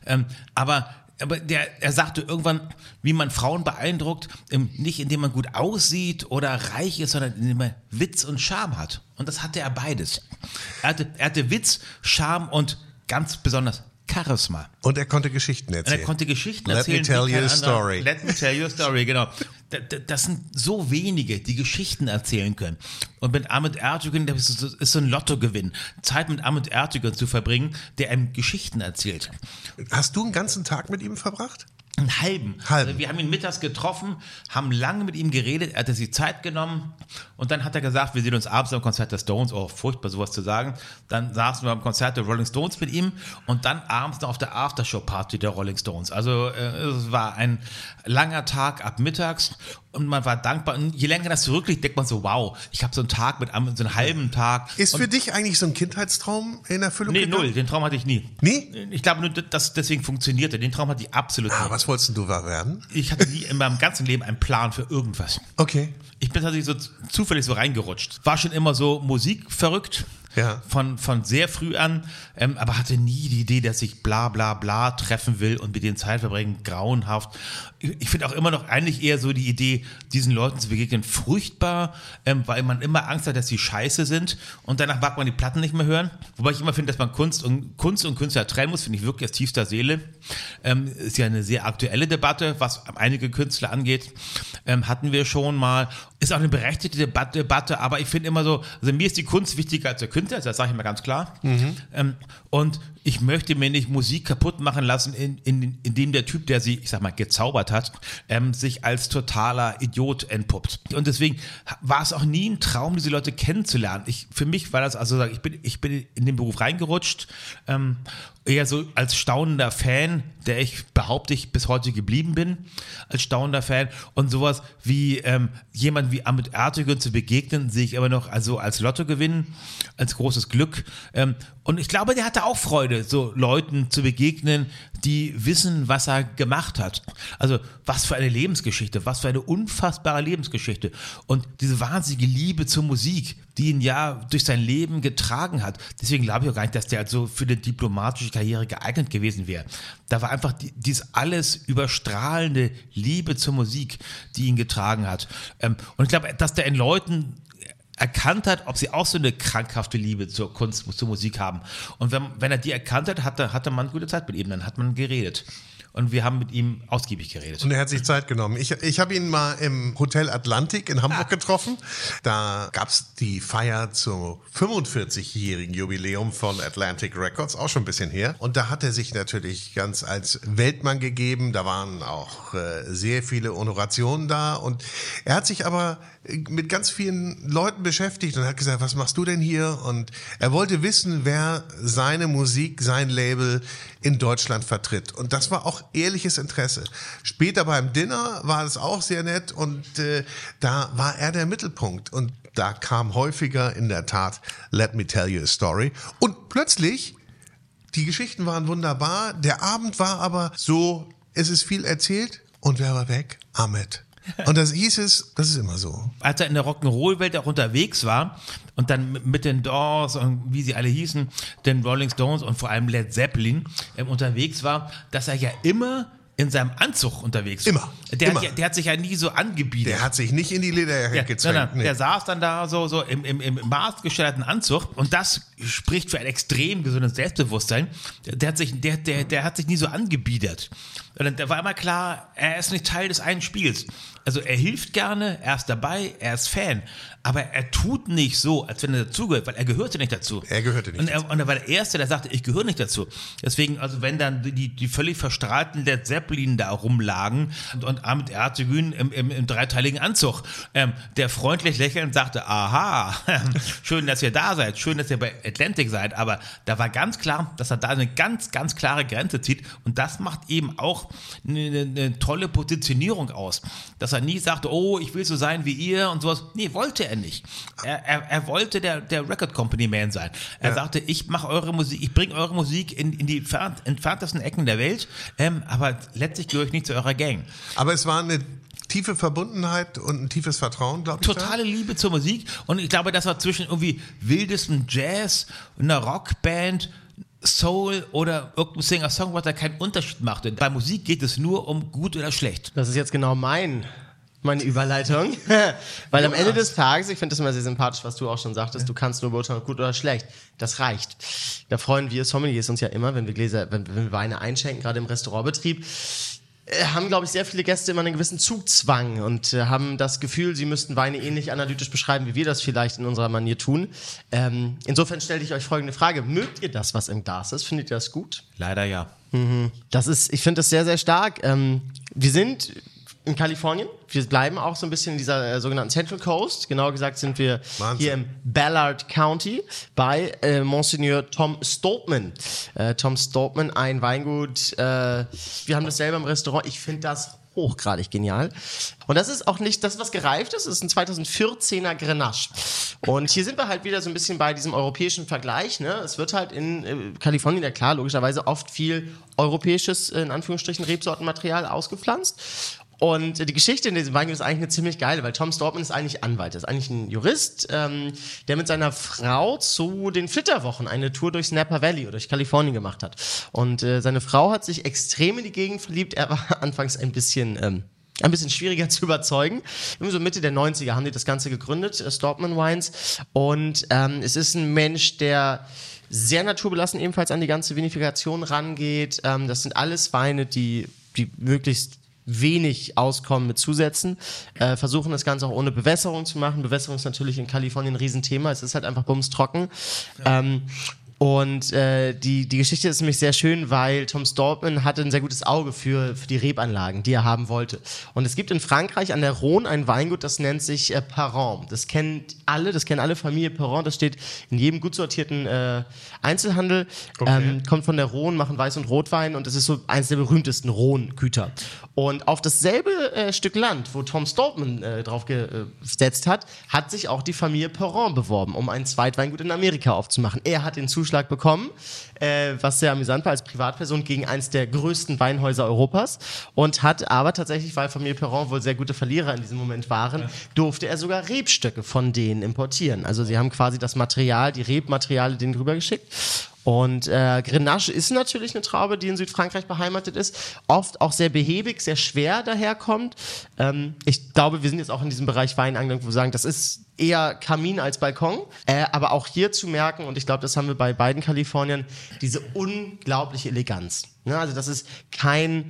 aber er sagte irgendwann, wie man Frauen beeindruckt, nicht indem man gut aussieht oder reich ist, sondern indem man Witz und Charme hat. Und das hatte er beides. Er hatte Witz, Charme und ganz besonders Charisma. Und er konnte Geschichten erzählen. Let me tell you a story. Let me tell you a story, genau. Das sind so wenige, die Geschichten erzählen können. Und mit Ahmet Ertegun, das ist so ein Lottogewinn. Zeit mit Ahmet Ertegun zu verbringen, der einem Geschichten erzählt. Hast du einen ganzen Tag mit ihm verbracht? Einen halben. Also wir haben ihn mittags getroffen, haben lange mit ihm geredet, er hatte sich Zeit genommen und dann hat er gesagt, wir sehen uns abends am Konzert der Stones, furchtbar sowas zu sagen, dann saßen wir am Konzert der Rolling Stones mit ihm und dann abends noch auf der Aftershow-Party der Rolling Stones. Also es war ein langer Tag ab mittags und man war dankbar und je länger das zurückliegt, denkt man so, wow, ich habe so einen Tag so einen halben Tag. Ist für dich eigentlich so ein Kindheitstraum in Erfüllung gegangen? Nee, null, den Traum hatte ich nie. Nie? Ich glaube nur, dass deswegen funktionierte, den Traum hatte ich absolut nie. Was wolltest du werden? Ich hatte nie in meinem ganzen Leben einen Plan für irgendwas. Okay. Ich bin tatsächlich so zufällig so reingerutscht. War schon immer so musikverrückt. Ja. Von sehr früh an, aber hatte nie die Idee, dass ich bla bla bla treffen will und mit denen Zeit verbringen, grauenhaft. Ich finde auch immer noch eigentlich eher so die Idee, diesen Leuten zu begegnen, furchtbar, weil man immer Angst hat, dass sie scheiße sind und danach mag man die Platten nicht mehr hören. Wobei ich immer finde, dass man Kunst und Künstler trennen muss, finde ich wirklich aus tiefster Seele. Ist ja eine sehr aktuelle Debatte, was einige Künstler angeht. Hatten wir schon mal. Ist auch eine berechtigte Debatte, aber ich finde immer so, also mir ist die Kunst wichtiger als der Künstler, das sage ich mal ganz klar. Und ich möchte mir nicht Musik kaputt machen lassen, indem der Typ, der sie, ich sag mal, gezaubert hat, sich als totaler Idiot entpuppt. Und deswegen war es auch nie ein Traum, diese Leute kennenzulernen. Für mich war das, also ich bin in den Beruf reingerutscht, eher so als staunender Fan, der behaupte ich, bis heute geblieben bin, als staunender Fan. Und sowas wie jemand wie Ahmet Ertegun zu begegnen, sehe ich immer noch also als Lottogewinn, als großes Glück. Und ich glaube, der hatte auch Freude, so Leuten zu begegnen, die wissen, was er gemacht hat. Also was für eine Lebensgeschichte, was für eine unfassbare Lebensgeschichte. Und diese wahnsinnige Liebe zur Musik, die ihn ja durch sein Leben getragen hat. Deswegen glaube ich auch gar nicht, dass der also für eine diplomatische Karriere geeignet gewesen wäre. Da war einfach dieses alles überstrahlende Liebe zur Musik, die ihn getragen hat. Und ich glaube, dass der in Leuten erkannt hat, ob sie auch so eine krankhafte Liebe zur Kunst, zur Musik haben. Und wenn er die erkannt hat, hatte man gute Zeit mit ihm, dann hat man geredet. Und wir haben mit ihm ausgiebig geredet. Und er hat sich Zeit genommen. Ich habe ihn mal im Hotel Atlantik in Hamburg getroffen. Da gab es die Feier zum 45-jährigen Jubiläum von Atlantic Records, auch schon ein bisschen her. Und da hat er sich natürlich ganz als Weltmann gegeben. Da waren auch sehr viele Honorationen da. Und er hat sich aber mit ganz vielen Leuten beschäftigt und hat gesagt, was machst du denn hier? Und er wollte wissen, wer seine Musik, sein Label in Deutschland vertritt. Und das war auch ehrliches Interesse. Später beim Dinner war es auch sehr nett und da war er der Mittelpunkt. Und da kam häufiger in der Tat Let Me Tell You a Story. Und plötzlich, die Geschichten waren wunderbar, der Abend war aber so, es ist viel erzählt und wer war weg? Ahmet. Und das hieß es, das ist immer so. Als er in der Rock'n'Roll-Welt auch unterwegs war und dann mit den Doors und wie sie alle hießen, den Rolling Stones und vor allem Led Zeppelin unterwegs war, dass er ja immer in seinem Anzug unterwegs. Immer. Der hat sich ja nie so angebiedert. Der hat sich nicht in die Lederjacke gezwängt. Der saß dann da so im maßgestellten Anzug und das spricht für ein extrem gesundes Selbstbewusstsein. Der hat sich nie so angebiedert. Und da war immer klar, er ist nicht Teil des einen Spiels. Also er hilft gerne, er ist dabei, er ist Fan, aber er tut nicht so, als wenn er dazugehört, weil er gehörte nicht dazu. Er gehörte nicht dazu. Und er war der Erste, der sagte, ich gehöre nicht dazu. Deswegen, also wenn dann die völlig verstrahlten Led Zeppelin da rumlagen und Ahmet Ertegün im dreiteiligen Anzug, der freundlich lächelnd sagte, aha, schön, dass ihr da seid, schön, dass ihr bei Atlantic seid, aber da war ganz klar, dass er da eine ganz, ganz klare Grenze zieht und das macht eben auch eine tolle Positionierung aus, dass er nie sagte, oh, ich will so sein wie ihr und sowas. Nee, wollte er nicht. Er wollte der Record Company Man sein. Er sagte, ich mache eure Musik, ich bringe eure Musik in die entferntesten Ecken der Welt, aber letztlich gehöre ich nicht zu eurer Gang. Aber es war eine tiefe Verbundenheit und ein tiefes Vertrauen, glaube ich. Totale Liebe zur Musik und ich glaube, das war zwischen irgendwie wildestem Jazz, einer Rockband, Soul oder irgendein Singer-Songwriter keinen Unterschied machte. Bei Musik geht es nur um gut oder schlecht. Das ist jetzt genau meine Überleitung. Weil am Ende des Tages, ich finde das immer sehr sympathisch, was du auch schon sagtest, du kannst nur beurteilen, gut oder schlecht. Das reicht. Da freuen wir Sommeliers uns ja immer, wenn wir Weine einschenken, gerade im Restaurantbetrieb. Haben, glaube ich, sehr viele Gäste immer einen gewissen Zugzwang und haben das Gefühl, sie müssten Weine ähnlich analytisch beschreiben, wie wir das vielleicht in unserer Manier tun. Insofern stelle ich euch folgende Frage. Mögt ihr das, was im Glas ist? Findet ihr das gut? Leider ja. Ich finde das sehr, sehr stark. Wir sind in Kalifornien. Wir bleiben auch so ein bisschen in dieser sogenannten Central Coast. Genauer gesagt sind wir hier im Ballard County bei Monsignor Tom Stolpman. Tom Stolpman, ein Weingut. Wir haben das selber im Restaurant. Ich finde das hochgradig genial. Und das ist auch nicht das, was gereift ist. Es ist ein 2014er Grenache. Und hier sind wir halt wieder so ein bisschen bei diesem europäischen Vergleich. Ne? Es wird halt in Kalifornien, ja klar, logischerweise oft viel europäisches, in Anführungsstrichen, Rebsortenmaterial ausgepflanzt. Und die Geschichte in diesem Weingut ist eigentlich eine ziemlich geile, weil Tom Stolpman ist eigentlich Anwalt, ist eigentlich ein Jurist, der mit seiner Frau zu den Flitterwochen eine Tour durchs Napa Valley oder durch Kalifornien gemacht hat. Und seine Frau hat sich extrem in die Gegend verliebt. Er war anfangs ein bisschen schwieriger zu überzeugen. Irgendwie so Mitte der 90er haben die das Ganze gegründet, Stolpman Wines. Und es ist ein Mensch, der sehr naturbelassen ebenfalls an die ganze Vinifikation rangeht. Das sind alles Weine, die möglichst wenig auskommen mit Zusätzen, versuchen das Ganze auch ohne Bewässerung zu machen. Bewässerung ist natürlich in Kalifornien ein Riesenthema, es ist halt einfach bumstrocken. Ja. Und die Geschichte ist nämlich sehr schön, weil Tom Stolpman hatte ein sehr gutes Auge für die Rebanlagen, die er haben wollte. Und es gibt in Frankreich an der Rhone ein Weingut, das nennt sich Perron. Das kennen alle Familie Perron, das steht in jedem gut sortierten Einzelhandel. Okay. Kommt von der Rhone, machen Weiß- und Rotwein und es ist so eines der berühmtesten Rhone-Güter. Und auf dasselbe Stück Land, wo Tom Stolpman drauf gesetzt hat, hat sich auch die Familie Perron beworben, um ein Zweitweingut in Amerika aufzumachen. Er hat den Zuschlag bekommen, was sehr amüsant war als Privatperson gegen eines der größten Weinhäuser Europas und hat aber tatsächlich, weil Familie Perron wohl sehr gute Verlierer in diesem Moment waren, durfte er sogar Rebstöcke von denen importieren. Also sie haben quasi das Material, die Rebmaterialien denen rübergeschickt. Und Grenache ist natürlich eine Traube, die in Südfrankreich beheimatet ist, oft auch sehr behäbig, sehr schwer daherkommt. Ich glaube, wir sind jetzt auch in diesem Bereich Weinangeln, wo wir sagen, das ist eher Kamin als Balkon, aber auch hier zu merken, und ich glaube, das haben wir bei beiden Kalifornien, diese unglaubliche Eleganz. Ne? Also das ist kein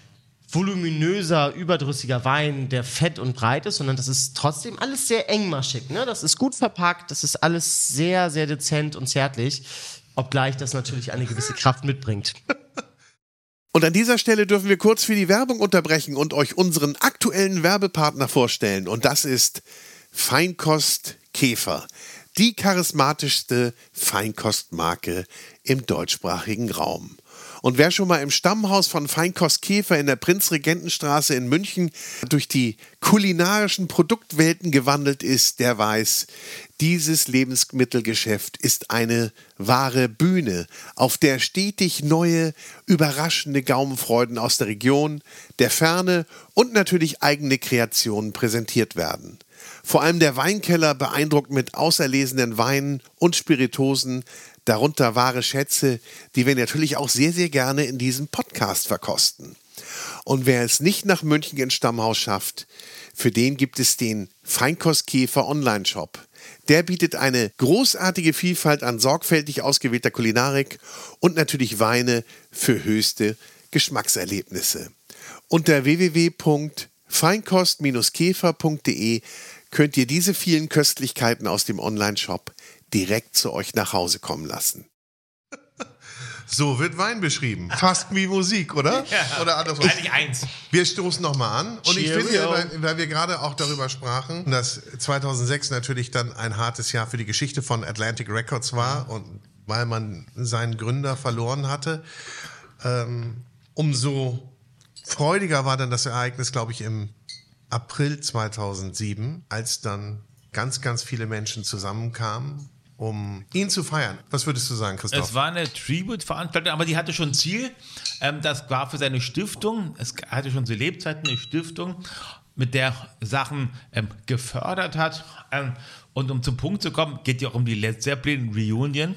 voluminöser, überdrüssiger Wein, der fett und breit ist, sondern das ist trotzdem alles sehr engmaschig. Ne? Das ist gut verpackt, das ist alles sehr, sehr dezent und zärtlich. Obgleich das natürlich eine gewisse Kraft mitbringt. Und an dieser Stelle dürfen wir kurz für die Werbung unterbrechen und euch unseren aktuellen Werbepartner vorstellen. Und das ist Feinkost Käfer, die charismatischste Feinkostmarke im deutschsprachigen Raum. Und wer schon mal im Stammhaus von Feinkost Käfer in der Prinzregentenstraße in München durch die kulinarischen Produktwelten gewandelt ist, der weiß, dieses Lebensmittelgeschäft ist eine wahre Bühne, auf der stetig neue, überraschende Gaumenfreuden aus der Region, der Ferne und natürlich eigene Kreationen präsentiert werden. Vor allem der Weinkeller beeindruckt mit auserlesenen Weinen und Spiritosen, darunter wahre Schätze, die wir natürlich auch sehr, sehr gerne in diesem Podcast verkosten. Und wer es nicht nach München ins Stammhaus schafft, für den gibt es den Feinkostkäfer Online-Shop. Der bietet eine großartige Vielfalt an sorgfältig ausgewählter Kulinarik und natürlich Weine für höchste Geschmackserlebnisse. Unter www.feinkost-käfer.de könnt ihr diese vielen Köstlichkeiten aus dem Online-Shop direkt zu euch nach Hause kommen lassen. So wird Wein beschrieben. Fast wie Musik, oder? Ja, oder andersrum. eigentlich eins. Wir stoßen nochmal an. Und ich Cheerio. finde, weil wir gerade auch darüber sprachen, dass 2006 natürlich dann ein hartes Jahr für die Geschichte von Atlantic Records war und weil man seinen Gründer verloren hatte, umso freudiger war dann das Ereignis, glaube ich, im April 2007, als dann ganz, ganz viele Menschen zusammenkamen, um ihn zu feiern. Was würdest du sagen, Christoph? Es war eine Tribute-Veranstaltung, aber die hatte schon ein Ziel. Das war für seine Stiftung. Es hatte schon zu Lebzeiten eine Stiftung, mit der Sachen gefördert hat. Und um zum Punkt zu kommen, geht ja auch um die Led Zeppelin Reunion,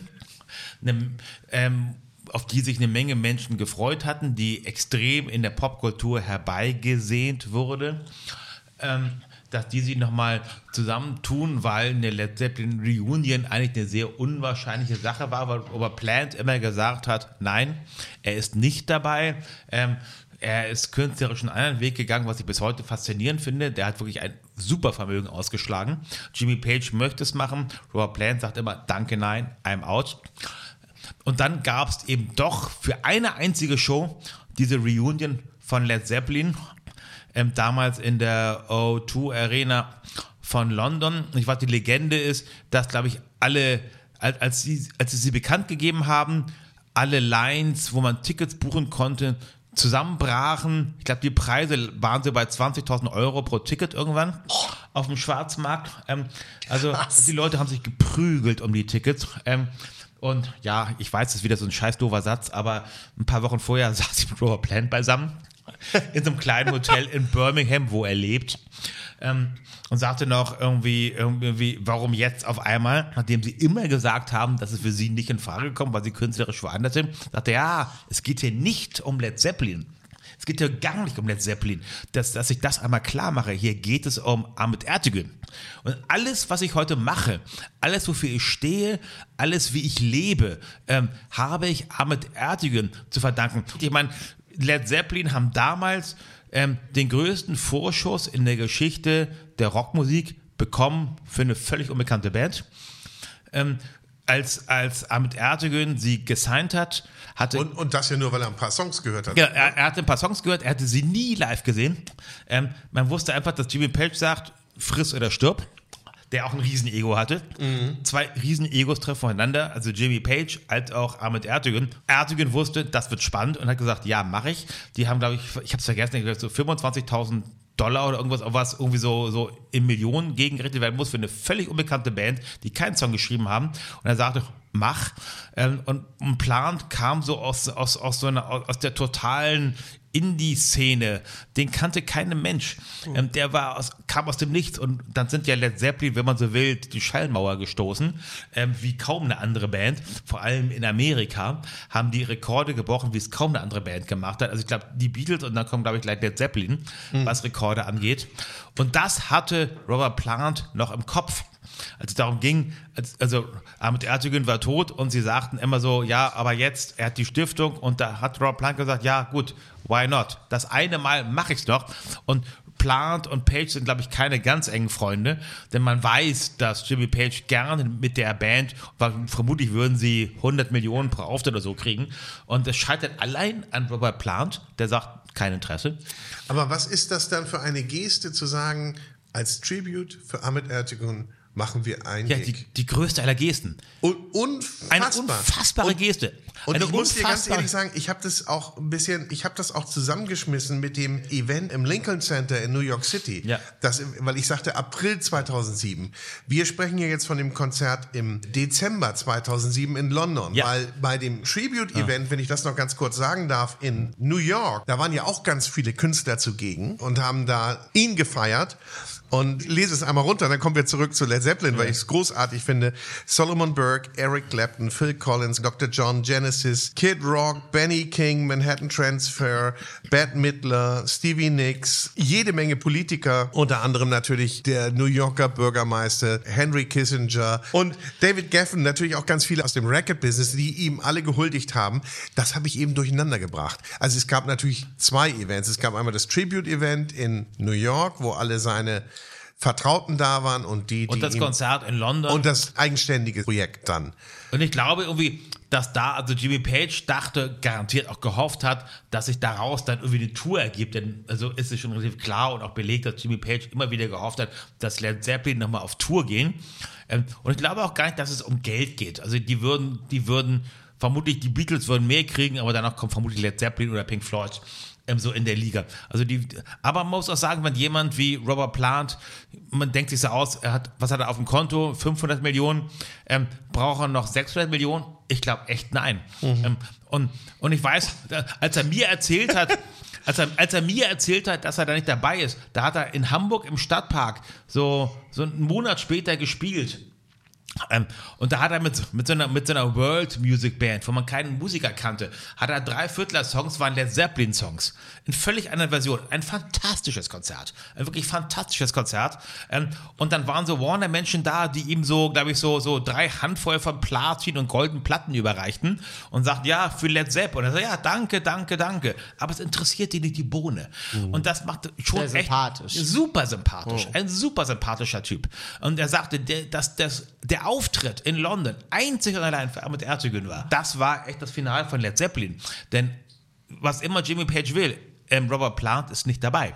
auf die sich eine Menge Menschen gefreut hatten, die extrem in der Popkultur herbeigesehnt wurde. Dass die sich nochmal zusammentun, weil eine Led Zeppelin Reunion eigentlich eine sehr unwahrscheinliche Sache war, weil Robert Plant immer gesagt hat, nein, er ist nicht dabei. Er ist künstlerisch einen anderen Weg gegangen, was ich bis heute faszinierend finde. Der hat wirklich ein super Vermögen ausgeschlagen. Jimmy Page möchte es machen. Robert Plant sagt immer, danke, nein, I'm out. Und dann gab es eben doch für eine einzige Show diese Reunion von Led Zeppelin, damals in der O2 Arena von London. Ich weiß, die Legende ist, dass, glaube ich, alle, als sie bekannt gegeben haben, alle Lines, wo man Tickets buchen konnte, zusammenbrachen. Ich glaube, die Preise waren so bei 20.000 Euro pro Ticket irgendwann auf dem Schwarzmarkt. Also die Leute haben sich geprügelt um die Tickets. Und ja, ich weiß, das ist wieder so ein scheiß doofer Satz, aber ein paar Wochen vorher saß ich mit Robert Plant beisammen in so einem kleinen Hotel in Birmingham, wo er lebt, und sagte noch irgendwie, warum jetzt auf einmal, nachdem sie immer gesagt haben, dass es für sie nicht in Frage kommt, weil sie künstlerisch woanders sind, sagte ja, es geht hier nicht um Led Zeppelin. Es geht hier gar nicht um Led Zeppelin. Dass ich das einmal klar mache, hier geht es um Ahmet Ertegun. Und alles, was ich heute mache, alles, wofür ich stehe, alles, wie ich lebe, habe ich Ahmet Ertegun zu verdanken. Ich meine, Led Zeppelin haben damals den größten Vorschuss in der Geschichte der Rockmusik bekommen für eine völlig unbekannte Band. Als Ahmet Ertegun sie gesigned hat, und das ja nur, weil er ein paar Songs gehört hat. Ja, er hatte ein paar Songs gehört, er hatte sie nie live gesehen. Man wusste einfach, dass Jimmy Page sagt, friss oder stirb, der auch ein Riesen-Ego hatte. Zwei Riesen-Egos treffen aufeinander, also Jimmy Page als auch Ahmet Ertegun. Ertegun wusste, das wird spannend und hat gesagt, ja, mache ich. Die haben, glaube ich habe es vergessen, so 25.000 Dollar oder irgendwas, was irgendwie so in Millionen gegengerechnet werden muss für eine völlig unbekannte Band, die keinen Song geschrieben haben. Und er sagte, mach. Und Plant kam so aus der totalen Indie-Szene, den kannte kein Mensch. Der kam aus dem Nichts und dann sind ja Led Zeppelin, wenn man so will, die Schallmauer gestoßen, wie kaum eine andere Band, vor allem in Amerika, haben die Rekorde gebrochen, wie es kaum eine andere Band gemacht hat. Also ich glaube, die Beatles und dann kommen, glaube ich, gleich Led Zeppelin, was Rekorde angeht. Und das hatte Robert Plant noch im Kopf. Als es darum ging, also Ahmet Ertegun war tot und sie sagten immer so, ja, aber jetzt, er hat die Stiftung und da hat Robert Plant gesagt, ja gut, why not? Das eine Mal mache ich es noch und Plant und Page sind, glaube ich, keine ganz engen Freunde, denn man weiß, dass Jimmy Page gerne mit der Band, vermutlich würden sie 100 Millionen pro Auftritt oder so kriegen und es scheitert allein an Robert Plant, der sagt, kein Interesse. Aber was ist das dann für eine Geste zu sagen, als Tribute für Ahmet Ertegun machen wir ein Gig. Die größte aller Gesten. Unfassbar. Eine unfassbare Geste. Und ich muss dir ganz ehrlich sagen, ich habe das auch zusammengeschmissen mit dem Event im Lincoln Center in New York City. Ja. Weil ich sagte April 2007. Wir sprechen hier jetzt von dem Konzert im Dezember 2007 in London. Ja. Weil bei dem Tribute-Event, wenn ich das noch ganz kurz sagen darf, in New York, da waren ja auch ganz viele Künstler zugegen und haben da ihn gefeiert. Und lese es einmal runter, dann kommen wir zurück zu Led Led Zeppelin, weil ich es großartig finde. Solomon Burke, Eric Clapton, Phil Collins, Dr. John, Genesis, Kid Rock, Benny King, Manhattan Transfer, Bette Midler, Stevie Nicks, jede Menge Politiker, unter anderem natürlich der New Yorker Bürgermeister Henry Kissinger und David Geffen, natürlich auch ganz viele aus dem Record-Business, die ihm alle gehuldigt haben. Das habe ich eben durcheinander gebracht. Also es gab natürlich 2 Events. Es gab einmal das Tribute-Event in New York, wo alle seine Vertrauten da waren und und das Konzert in London. Und das eigenständige Projekt dann. Und ich glaube irgendwie, dass da, also Jimmy Page dachte, garantiert auch gehofft hat, dass sich daraus dann irgendwie eine Tour ergibt. Denn also ist es schon relativ klar und auch belegt, dass Jimmy Page immer wieder gehofft hat, dass Led Zeppelin nochmal auf Tour gehen. Und ich glaube auch gar nicht, dass es um Geld geht. Also die würden vermutlich, die Beatles würden mehr kriegen, aber danach kommt vermutlich Led Zeppelin oder Pink Floyd so in der Liga. Also aber man muss auch sagen, wenn jemand wie Robert Plant, man denkt sich so aus, was hat er auf dem Konto? 500 Millionen, braucht er noch 600 Millionen? Ich glaube echt nein. Und ich weiß, als er mir erzählt hat, dass er da nicht dabei ist, da hat er in Hamburg im Stadtpark so einen Monat später gespielt. Und da hat er mit so einer World Music Band, wo man keinen Musiker kannte, hat er 3/4 Songs waren Led Zeppelin Songs. In völlig einer Version. Ein fantastisches Konzert. Ein wirklich fantastisches Konzert. Und dann waren so Warner-Menschen da, die ihm so, glaube ich, so 3 Handvoll von Platin und goldenen Platten überreichten und sagten, ja, für Led Zeppelin. Und er sagt, ja, danke. Aber es interessiert ihn nicht die Bohne. Und das macht schon sehr echt sympathisch. Super sympathisch. Ein super sympathischer Typ. Und er sagte, dass der Auftritt in London einzig und allein für Ahmet Ertegün war. Das war echt das Finale von Led Zeppelin. Denn was immer Jimmy Page will, Robert Plant ist nicht dabei.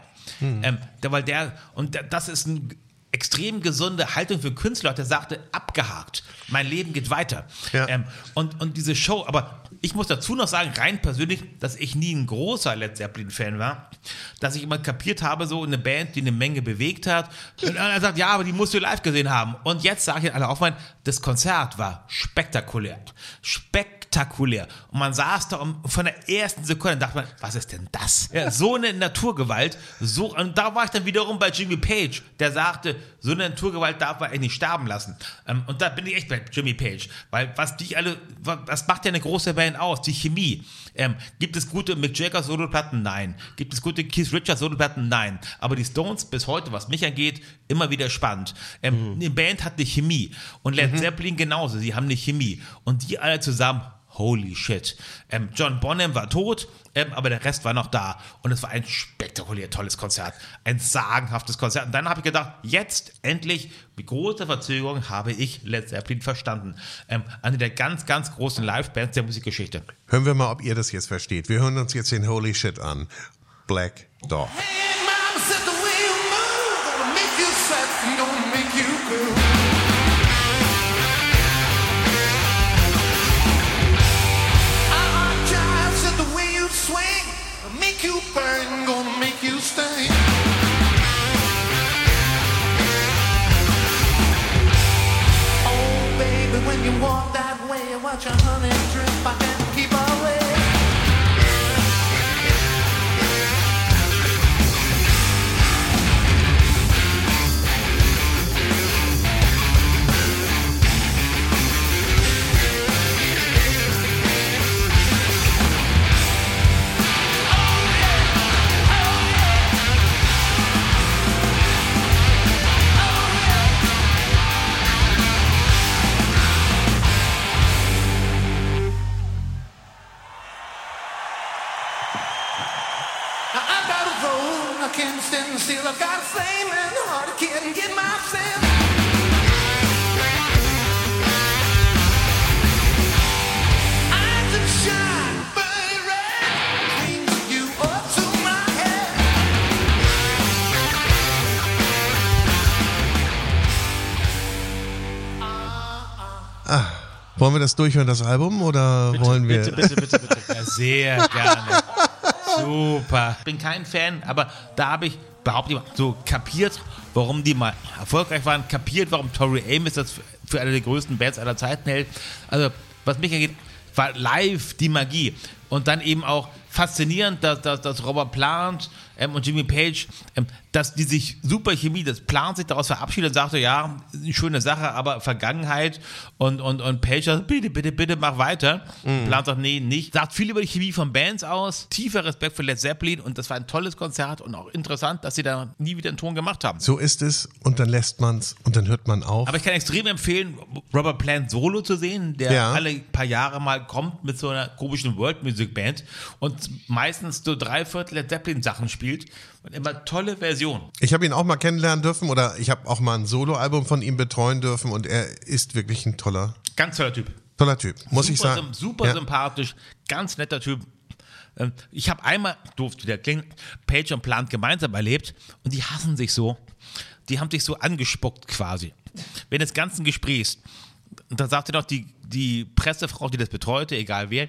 Das ist eine extrem gesunde Haltung für Künstler. Der sagte, abgehakt, mein Leben geht weiter. Ja. Und diese Show, aber ich muss dazu noch sagen, rein persönlich, dass ich nie ein großer Led Zeppelin-Fan war, dass ich immer kapiert habe, so eine Band, die eine Menge bewegt hat. Und er sagt, ja, aber die musst du live gesehen haben. Und jetzt sage ich alle auf, das Konzert war spektakulär. Und man saß da und von der ersten Sekunde dachte man, was ist denn das? Ja, so eine Naturgewalt. Und da war ich dann wiederum bei Jimmy Page, der sagte, so eine Naturgewalt darf man echt nicht sterben lassen. Und da bin ich echt bei Jimmy Page. Weil was macht ja eine große Band aus? Die Chemie. Gibt es gute Mick Jagger Soloplatten? Nein. Gibt es gute Keith Richards Soloplatten? Nein. Aber die Stones bis heute, was mich angeht, immer wieder spannend. Eine Band hat eine Chemie. Und Led Zeppelin genauso. Sie haben eine Chemie. Und die alle zusammen, holy shit. John Bonham war tot, aber der Rest war noch da. Und es war ein spektakulär tolles Konzert. Ein sagenhaftes Konzert. Und dann habe ich gedacht, jetzt endlich, mit großer Verzögerung, habe ich Led Zeppelin verstanden. Eine der ganz, ganz großen Live-Bands der Musikgeschichte. Hören wir mal, ob ihr das jetzt versteht. Wir hören uns jetzt den Holy Shit an. Black Dog. Hey, Mama said the way you move, gonna make you sweat, gonna make you groove. Swing, make you burn, gonna make you sting. Oh, baby, when you walk that way, watch your honey drip, I can't keep away. Can't stand still, I got a flame in the heart, I can't get myself. Eyes that shine, burning red, brings you up to my head. Wollen wir das durchhören, das Album, oder wollen wir... Bitte. Ja, sehr gerne. Super. Ich bin kein Fan, aber da habe ich, behaupte ich mal, so kapiert, warum die mal erfolgreich waren, kapiert, warum Tori Amos das für eine der größten Bands aller Zeiten hält. Also, was mich angeht, war live die Magie. Und dann eben auch faszinierend, dass Robert Plant und Jimmy Page, dass die sich super Chemie, das Plant sich daraus verabschiedet und sagte, ja, schöne Sache, aber Vergangenheit und Page sagt, bitte mach weiter. Plant sagt, nee, nicht. Sagt viel über die Chemie von Bands aus, tiefer Respekt für Led Zeppelin und das war ein tolles Konzert und auch interessant, dass sie da nie wieder einen Ton gemacht haben. So ist es und dann lässt man's und dann hört man auf. Aber ich kann extrem empfehlen, Robert Plant Solo zu sehen, der alle paar Jahre mal kommt mit so einer komischen World Music Band und meistens so 3/4 Led Zeppelin Sachen spielt und immer tolle Versionen. Ich habe ihn auch mal kennenlernen dürfen oder ich habe auch mal ein Soloalbum von ihm betreuen dürfen und er ist wirklich ein ganz toller Typ. Muss ich sagen. Super sympathisch, ganz netter Typ. Ich habe einmal, doof wieder klingen, Page und Plant gemeinsam erlebt und die hassen sich so. Die haben sich so angespuckt quasi. Während des ganzen Gesprächs. Und da sagte noch die Pressefrau, die das betreute, egal wer,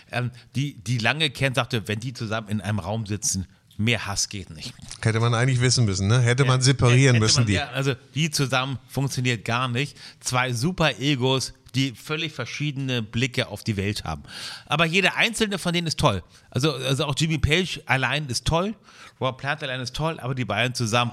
die lange kennt, sagte, wenn die zusammen in einem Raum sitzen, mehr Hass geht nicht. Hätte man eigentlich wissen müssen, ne? Hätte man separieren müssen. Ja, also die zusammen funktioniert gar nicht. 2 super Egos, die völlig verschiedene Blicke auf die Welt haben. Aber jeder einzelne von denen ist toll. Also auch Jimmy Page allein ist toll, Robert Plant allein ist toll, aber die beiden zusammen.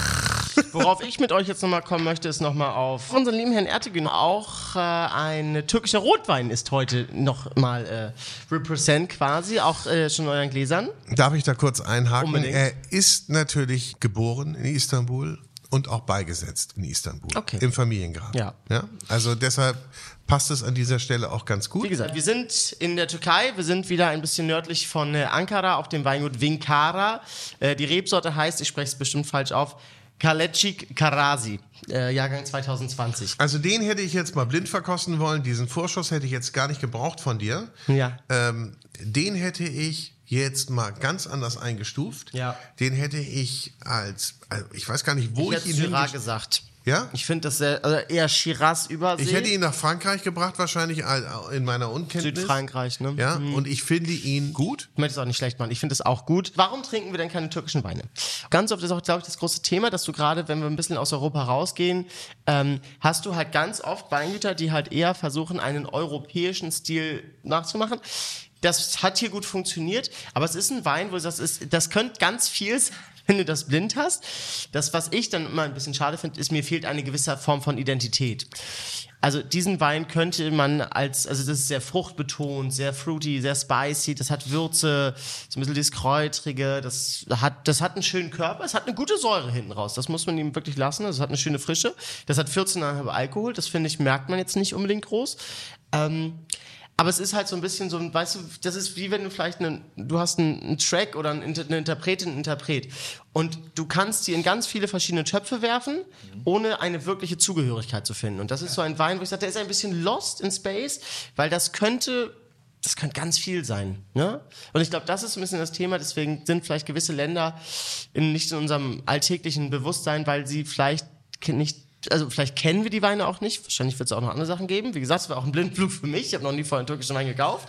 Worauf ich mit euch jetzt nochmal kommen möchte, ist nochmal auf unseren lieben Herrn Ertegün. Auch ein türkischer Rotwein ist heute nochmal represent quasi, auch schon in euren Gläsern. Darf ich da kurz einhaken? Unbedingt. Er ist natürlich geboren in Istanbul und auch beigesetzt in Istanbul. Okay. Im Familiengrab. Ja. Also deshalb passt es an dieser Stelle auch ganz gut. Wie gesagt, wir sind in der Türkei, wir sind wieder ein bisschen nördlich von Ankara auf dem Weingut Vinkara. Die Rebsorte heißt, ich spreche es bestimmt falsch auf, Kalecik Karazi, Jahrgang 2020. Also den hätte ich jetzt mal blind verkosten wollen. Diesen Vorschuss hätte ich jetzt gar nicht gebraucht von dir. Ja. Den hätte ich jetzt mal ganz anders eingestuft. Ja. Den hätte ich also ich weiß gar nicht, wo Ich ich hätte ihn Syrah hingestellt. gesagt. Ja? Ich finde das sehr, also eher Shiraz Übersee. Ich hätte ihn nach Frankreich gebracht, wahrscheinlich in meiner Unkenntnis. Südfrankreich, ne? Ja, und ich finde ihn gut. Ich möchte es auch nicht schlecht machen. Ich finde es auch gut. Warum trinken wir denn keine türkischen Weine? Ganz oft ist auch, glaube ich, das große Thema, dass du gerade, wenn wir ein bisschen aus Europa rausgehen, hast du halt ganz oft Weingüter, die halt eher versuchen, einen europäischen Stil nachzumachen. Das hat hier gut funktioniert, aber es ist ein Wein, wo du sagst, das könnte ganz viel sein, wenn du das blind hast. Das, was ich dann immer ein bisschen schade finde, ist, mir fehlt eine gewisse Form von Identität. Also diesen Wein könnte man also das ist sehr fruchtbetont, sehr fruity, sehr spicy, das hat Würze, so ein bisschen dieses Kräutrige, das hat einen schönen Körper, es hat eine gute Säure hinten raus, das muss man ihm wirklich lassen, also es hat eine schöne Frische, das hat 14,5 Alkohol, das finde ich, merkt man jetzt nicht unbedingt groß. Aber es ist halt so ein bisschen so, weißt du, das ist wie wenn du vielleicht du hast einen Track oder eine Interpretin, einen Interpret und du kannst die in ganz viele verschiedene Töpfe werfen, ohne eine wirkliche Zugehörigkeit zu finden. Und das ist so ein Wein, wo ich sage, der ist ein bisschen lost in space, weil das könnte ganz viel sein. Ne? Und ich glaube, das ist ein bisschen das Thema, deswegen sind vielleicht gewisse Länder nicht in unserem alltäglichen Bewusstsein, weil sie vielleicht nicht. Also vielleicht kennen wir die Weine auch nicht. Wahrscheinlich wird es auch noch andere Sachen geben. Wie gesagt, es war auch ein Blindflug für mich. Ich habe noch nie vorher einen türkischen Wein gekauft.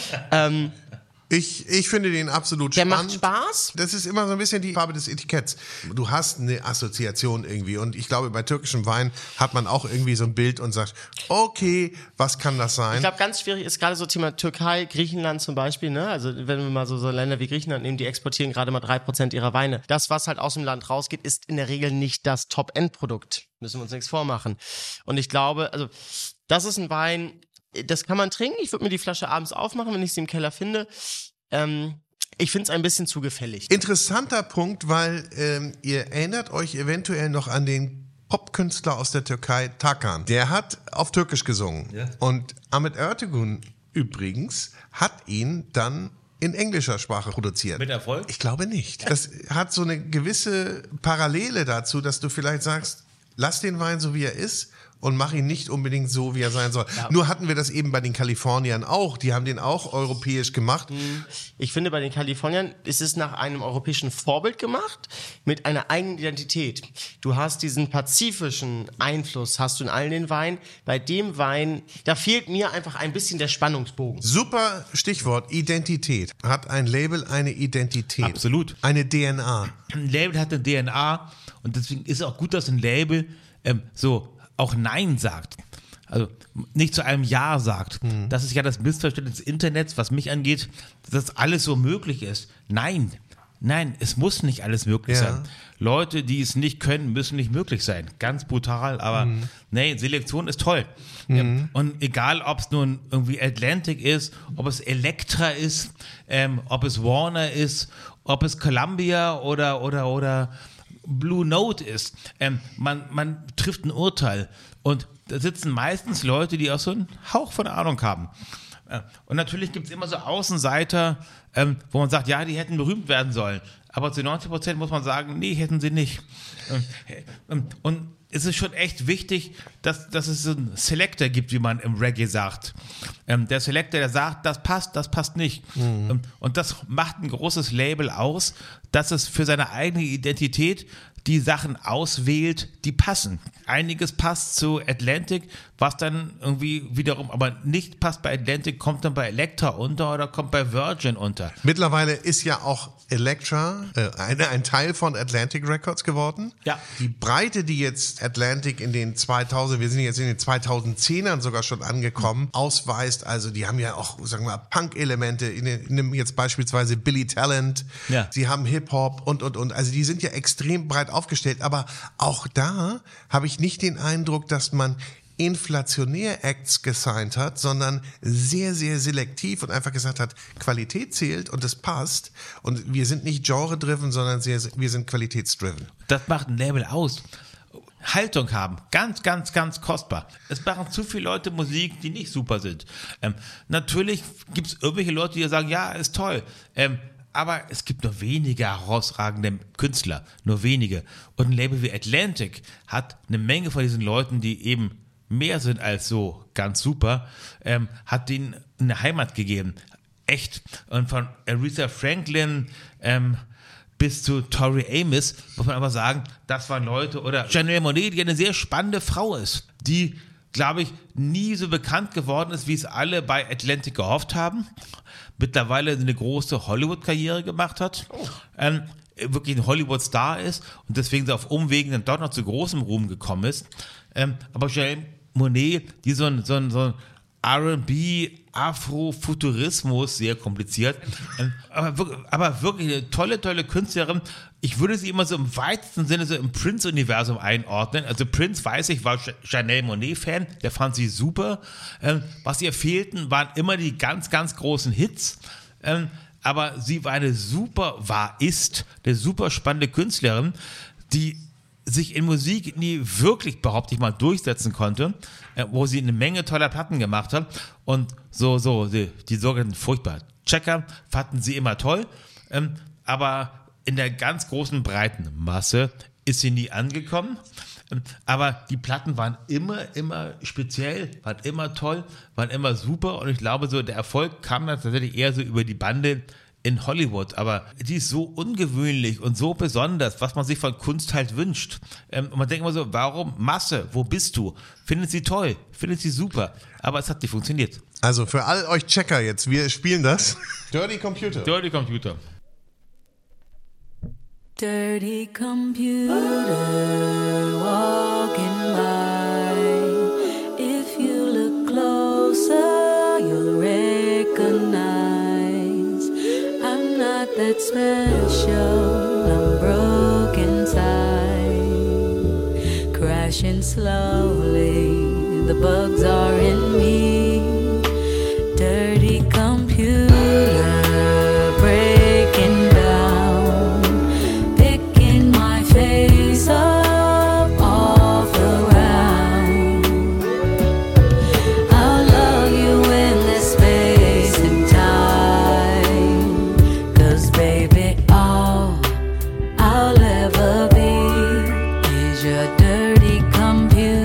Ich finde den absolut Der spannend. macht Spaß. Das ist immer so ein bisschen die Farbe des Etiketts. Du hast eine Assoziation irgendwie und ich glaube, bei türkischem Wein hat man auch irgendwie so ein Bild und sagt, okay, was kann das sein? Ich glaube, ganz schwierig ist gerade so Thema Türkei, Griechenland zum Beispiel. Ne? Also wenn wir mal so Länder wie Griechenland nehmen, die exportieren gerade mal 3% ihrer Weine. Das, was halt aus dem Land rausgeht, ist in der Regel nicht das Top-End-Produkt. Müssen wir uns nichts vormachen. Und ich glaube, also das ist ein Wein, das kann man trinken. Ich würde mir die Flasche abends aufmachen, wenn ich sie im Keller finde. Ich finde es ein bisschen zu gefällig. Interessanter Punkt, weil ihr erinnert euch eventuell noch an den Popkünstler aus der Türkei, Tarkan. Der hat auf Türkisch gesungen. Ja. Und Ahmet Ertegün übrigens hat ihn dann in englischer Sprache produziert. Mit Erfolg? Ich glaube nicht. Das hat so eine gewisse Parallele dazu, dass du vielleicht sagst, lass den Wein so, wie er ist und mach ihn nicht unbedingt so, wie er sein soll. Ja. Nur hatten wir das eben bei den Kaliforniern auch. Die haben den auch europäisch gemacht. Ich finde, bei den Kaliforniern ist es nach einem europäischen Vorbild gemacht, mit einer eigenen Identität. Du hast diesen pazifischen Einfluss, hast du in allen den Weinen. Bei dem Wein, da fehlt mir einfach ein bisschen der Spannungsbogen. Super Stichwort, Identität. Hat ein Label eine Identität? Absolut. Eine DNA. Ein Label hat eine DNA und deswegen ist es auch gut, dass ein Label so auch Nein sagt. also nicht zu einem Ja sagt. Das ist ja das Missverständnis des Internets, was mich angeht, dass alles so möglich ist. Nein, es muss nicht alles möglich sein. Leute, die es nicht können, müssen nicht möglich sein. Ganz brutal, aber nee, Selektion ist toll. Ja, und egal, ob es nun irgendwie Atlantic ist, ob es Elektra ist, ob es Warner ist, ob es Columbia oder Blue Note ist, man trifft ein Urteil und da sitzen meistens Leute, die auch so einen Hauch von Ahnung haben. Und natürlich gibt es immer so Außenseiter, wo man sagt, ja, die hätten berühmt werden sollen. Aber zu 90% muss man sagen, nee, hätten sie nicht. Und es ist schon echt wichtig, dass es so einen Selector gibt, wie man im Reggae sagt. Der Selector, der sagt, das passt nicht. Und das macht ein großes Label aus, dass es für seine eigene Identität die Sachen auswählt, die passen. Einiges passt zu Atlantic, was dann irgendwie wiederum aber nicht passt bei Atlantic, kommt dann bei Elektra unter oder kommt bei Virgin unter. Mittlerweile ist ja auch Elektra ein Teil von Atlantic Records geworden. Ja. Die Breite, die jetzt Atlantic in den 2000, wir sind jetzt in den 2010ern sogar schon angekommen, ausweist, also die haben ja auch, sagen wir mal, Punk-Elemente, in jetzt beispielsweise Billy Talent, Ja. sie haben Hip-Hop und. Also die sind ja extrem breit aufgestellt, aber auch da habe ich nicht den Eindruck, dass man Inflationär-Acts gesigned hat, sondern sehr, sehr selektiv und einfach gesagt hat, Qualität zählt und es passt und wir sind nicht genre-driven, sondern wir sind qualitätsdriven. Das macht ein Label aus. Haltung haben, ganz, ganz, ganz kostbar. Es machen zu viele Leute Musik, die nicht super sind. Natürlich gibt es irgendwelche Leute, die sagen, ja, ist toll, aber es gibt nur wenige herausragende Künstler, nur wenige. Und ein Label wie Atlantic hat eine Menge von diesen Leuten, die eben mehr sind als so ganz super, hat denen eine Heimat gegeben. Echt. Und von Aretha Franklin bis zu Tori Amos, muss man aber sagen, das waren Leute, oder Janelle Monáe, die eine sehr spannende Frau ist, die, glaube ich, nie so bekannt geworden ist, wie es alle bei Atlantic gehofft haben. Mittlerweile eine große Hollywood-Karriere gemacht hat. Wirklich ein Hollywood-Star ist und deswegen so auf Umwegen dann dort noch zu großem Ruhm gekommen ist. Aber Janelle Monáe, die so ein R&B, Afrofuturismus, sehr kompliziert, aber wirklich eine tolle Künstlerin. Ich würde sie immer so im weitesten Sinne so im Prince-Universum einordnen. Also Prince, weiß ich, war Janelle Monáe-Fan, der fand sie super. Was ihr fehlten, waren immer die ganz, ganz großen Hits. Aber sie war eine super spannende Künstlerin, die sich in Musik nie wirklich, behaupte ich mal, durchsetzen konnte, wo sie eine Menge toller Platten gemacht hat und die sogenannten furchtbar Checker fanden sie immer toll, aber in der ganz großen breiten Masse ist sie nie angekommen, aber die Platten waren immer speziell, waren immer toll, waren immer super und ich glaube so, der Erfolg kam dann tatsächlich eher so über die Bande in Hollywood, aber die ist so ungewöhnlich und so besonders, was man sich von Kunst halt wünscht. Und man denkt immer so, warum Masse? Wo bist du? Findet sie toll, findet sie super, aber es hat nicht funktioniert. Also für all euch Checker jetzt, wir spielen das. Dirty Computer. Dirty Computer. Dirty computer walking by. If you look closer, you'll recognize I'm not that special. I'm broken inside, crashing slowly. The bugs are in me. Dirty computer breaking down, picking my face up off the ground. I'll love you in this space and time, 'cause baby, all I'll ever be is your dirty computer.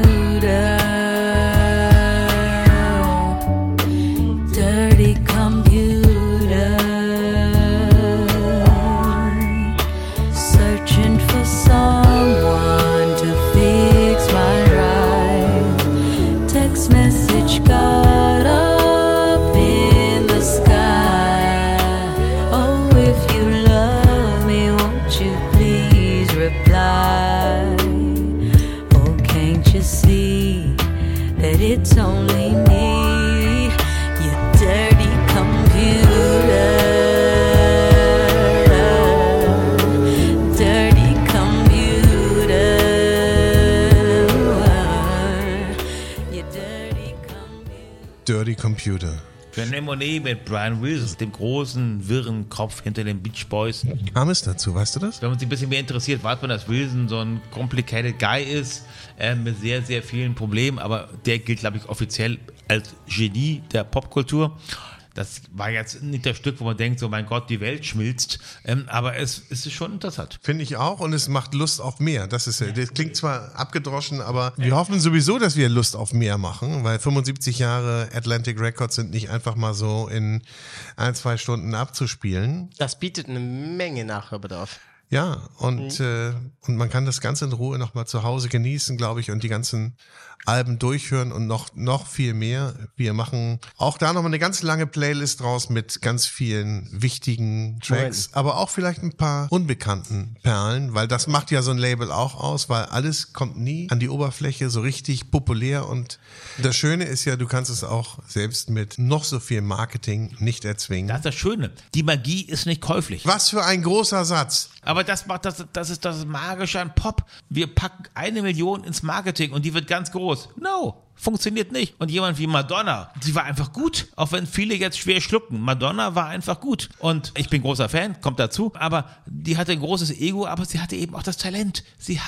Dirty Computer. Anemone mit Brian Wilson, dem großen, wirren Kopf hinter den Beach Boys. Kam es dazu, weißt du das? Wenn man sich ein bisschen mehr interessiert, weiß man, dass Wilson so ein complicated Guy ist, mit sehr, sehr vielen Problemen, aber der gilt, glaube ich, offiziell als Genie der Popkultur. Das war jetzt nicht das Stück, wo man denkt, so mein Gott, die Welt schmilzt, aber es ist schon interessant. Finde ich auch, und es macht Lust auf mehr. Das klingt zwar abgedroschen, aber wir hoffen sowieso, dass wir Lust auf mehr machen, weil 75 Jahre Atlantic Records sind nicht einfach mal so in 1-2 Stunden abzuspielen. Das bietet eine Menge Nachhörbedarf. Ja, und man kann das Ganze in Ruhe nochmal zu Hause genießen, glaube ich, und die ganzen Alben durchhören und noch viel mehr. Wir machen auch da nochmal eine ganz lange Playlist draus mit ganz vielen wichtigen Tracks, aber auch vielleicht ein paar unbekannten Perlen, weil das macht ja so ein Label auch aus, weil alles kommt nie an die Oberfläche so richtig populär, und das Schöne ist ja, du kannst es auch selbst mit noch so viel Marketing nicht erzwingen. Das ist das Schöne. Die Magie ist nicht käuflich. Was für ein großer Satz. Aber das ist das Magische an Pop. Wir packen 1 Million ins Marketing und die wird ganz groß. No, funktioniert nicht. Und jemand wie Madonna, die war einfach gut, auch wenn viele jetzt schwer schlucken. Madonna war einfach gut. Und ich bin großer Fan, kommt dazu, aber die hatte ein großes Ego, aber sie hatte eben auch das Talent.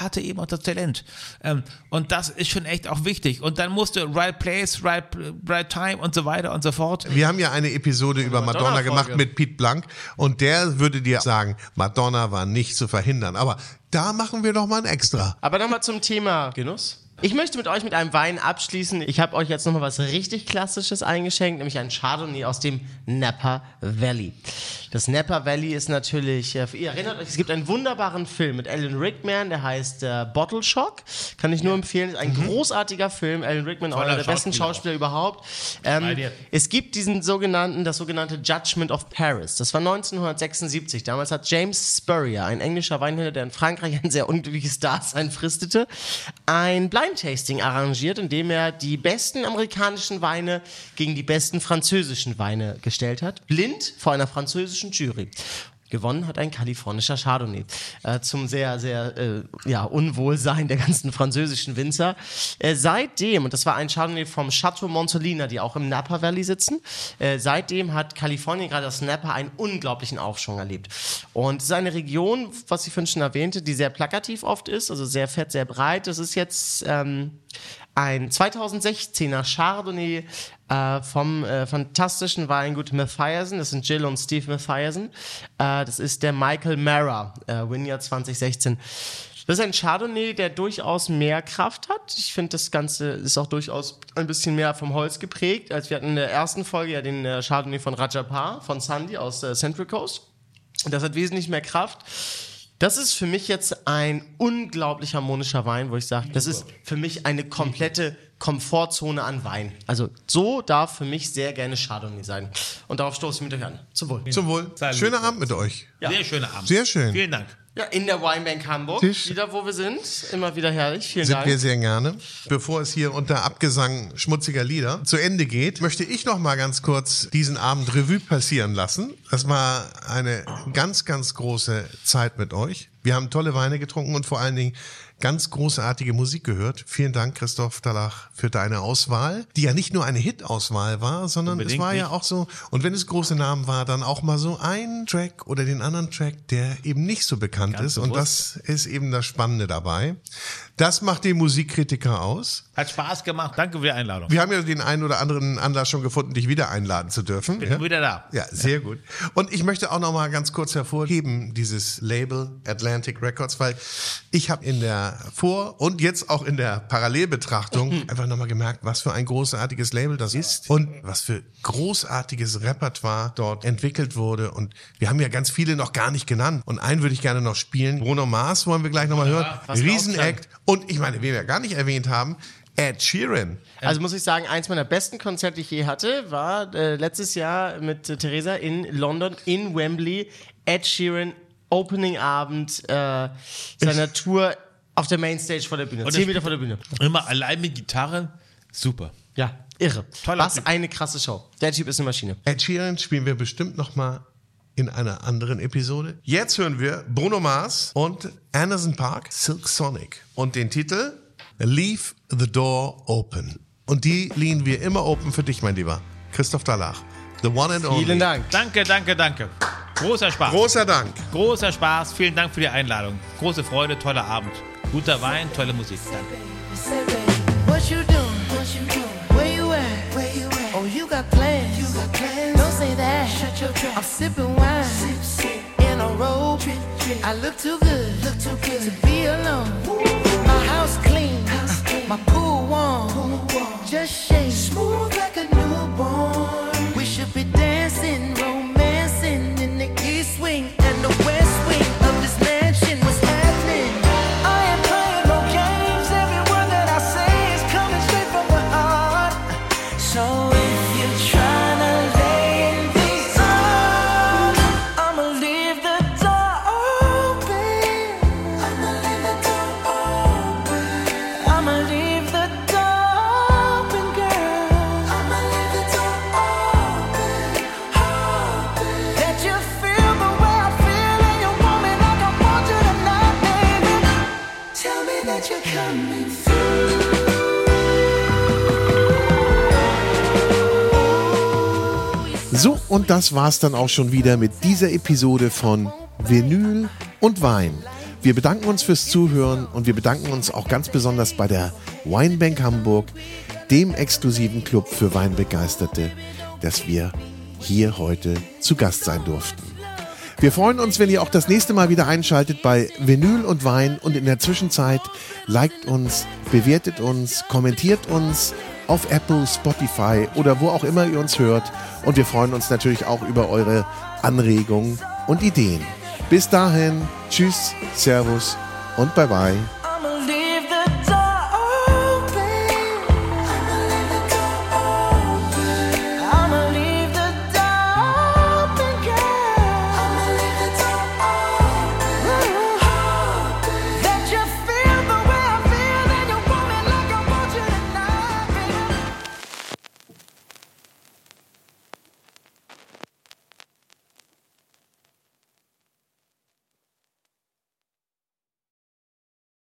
Und das ist schon echt auch wichtig. Und dann musste right place, right time und so weiter und so fort. Wir haben ja eine Episode über Madonna gemacht mit Pete Blank, und der würde dir sagen, Madonna war nicht zu verhindern. Aber da machen wir doch mal ein Extra. Aber nochmal zum Thema Genuss. Ich möchte mit euch mit einem Wein abschließen. Ich habe euch jetzt nochmal was richtig Klassisches eingeschenkt, nämlich ein Chardonnay aus dem Napa Valley. Das Napa Valley ist natürlich, ihr erinnert euch, es gibt einen wunderbaren Film mit Alan Rickman, der heißt Bottle Shock. Kann ich nur empfehlen, ist ein großartiger Film. Alan Rickman, einer der besten Schauspieler überhaupt. Es gibt das sogenannte Judgment of Paris. Das war 1976. Damals hat James Spurrier, ein englischer Weinhändler, der in Frankreich ein sehr unglückliches Dasein fristete, ein Blind-Tasting arrangiert, in dem er die besten amerikanischen Weine gegen die besten französischen Weine gestellt hat. Blind vor einer französischen Jury. Gewonnen hat ein kalifornischer Chardonnay. Zum sehr, sehr Unwohlsein der ganzen französischen Winzer. Seitdem, und das war ein Chardonnay vom Chateau Montolina, die auch im Napa Valley sitzen, seitdem hat Kalifornien, gerade das Napa, einen unglaublichen Aufschwung erlebt. Und es ist eine Region, was ich vorhin schon erwähnte, die sehr plakativ oft ist, also sehr fett, sehr breit. Das ist jetzt ein 2016er Chardonnay vom fantastischen Weingut Mathiasen. Das sind Jill und Steve Mathiasen. Das ist der Michael Mara Vineyard 2016. Das ist ein Chardonnay, der durchaus mehr Kraft hat. Ich finde, das Ganze ist auch durchaus ein bisschen mehr vom Holz geprägt. Als wir hatten in der ersten Folge ja den Chardonnay von Rajappa, von Sandy aus Central Coast. Und das hat wesentlich mehr Kraft. Das ist für mich jetzt ein unglaublich harmonischer Wein, wo ich sage, das ist für mich eine komplette Komfortzone an Wein. Also so darf für mich sehr gerne Chardonnay sein. Und darauf stoße ich mit euch an. Zum Wohl. Zum Wohl. Schöner Abend mit euch. Ja. Sehr schöner Abend. Sehr schön. Vielen Dank. Ja, in der Weinbank Hamburg, Tisch. wieder wo wir sind. Immer wieder herrlich. Vielen Sind Dank. wir sehr gerne. Bevor es hier unter Abgesang schmutziger Lieder zu Ende geht, möchte ich noch mal ganz kurz diesen Abend Revue passieren lassen. Das war eine ganz, ganz große Zeit mit euch. Wir haben tolle Weine getrunken und vor allen Dingen ganz großartige Musik gehört. Vielen Dank, Christoph Dallach, für deine Auswahl, die ja nicht nur eine Hit-Auswahl war, sondern Unbedingt es war ja nicht. auch so, und wenn es große Namen war, dann auch mal so ein Track oder den anderen Track, der eben nicht so bekannt Ganz ist. Und bewusst. das ist eben das Spannende dabei. Das macht den Musikkritiker aus. Hat Spaß gemacht. Danke für die Einladung. Wir haben ja den einen oder anderen Anlass schon gefunden, dich wieder einladen zu dürfen. Bin wieder da. Ja, sehr gut. Und ich möchte auch noch mal ganz kurz hervorheben, dieses Label Atlantic Records, weil ich habe in der Vor- und jetzt auch in der Parallelbetrachtung einfach noch mal gemerkt, was für ein großartiges Label das ist und was für großartiges Repertoire dort entwickelt wurde. Und wir haben ja ganz viele noch gar nicht genannt. Und einen würde ich gerne noch spielen. Bruno Mars wollen wir gleich noch mal hören. was ein Riesenakt. Und ich meine, wen wir gar nicht erwähnt haben, Ed Sheeran. Also muss ich sagen, eins meiner besten Konzerte, die ich je hatte, war letztes Jahr mit Theresa in London, in Wembley. Ed Sheeran, Opening-Abend seiner Tour auf der Mainstage vor der Bühne. Und 10 Meter vor der Bühne. Immer allein mit Gitarre. Super. Ja, irre. Toller Was Typ. eine krasse Show. Der Typ ist eine Maschine. Ed Sheeran spielen wir bestimmt noch mal in einer anderen Episode. Jetzt hören wir Bruno Mars und Anderson Paak, Silk Sonic. Und den Titel Leave the Door Open. Und die liehen wir immer open für dich, mein Lieber. Christoph Dallach. The one and only. Vielen Dank. Danke. Großer Spaß. Großer Dank. Großer Spaß. Vielen Dank für die Einladung. Große Freude, toller Abend. Guter Wein, tolle Musik. Danke. What you doing? Where you at? Oh, you got plans. Don't say that. I'm sipping wine in a robe. I look too good to be alone. My house clean, my pool warm. Just shake smooth like a newborn. We should be dancing, romancing in the east wing and the west wing of this mansion. What's happening? I ain't playing no games. Every word that I say is coming straight from the heart. So if you're trying to lay in these arms, I'ma leave the door open. I'ma leave the door open. I'ma leave the door open, girl. I'ma leave the door open, open. That you feel the way I feel and you want me like I want you tonight, baby. Tell me that you're coming through. So, und das war's dann auch schon wieder mit dieser Episode von Vinyl und Wein. Wir bedanken uns fürs Zuhören und wir bedanken uns auch ganz besonders bei der Weinbank Hamburg, dem exklusiven Club für Weinbegeisterte, dass wir hier heute zu Gast sein durften. Wir freuen uns, wenn ihr auch das nächste Mal wieder einschaltet bei Vinyl und Wein und in der Zwischenzeit liked uns, bewertet uns, kommentiert uns auf Apple, Spotify oder wo auch immer ihr uns hört. Und wir freuen uns natürlich auch über eure Anregungen und Ideen. Bis dahin, tschüss, servus und bye bye.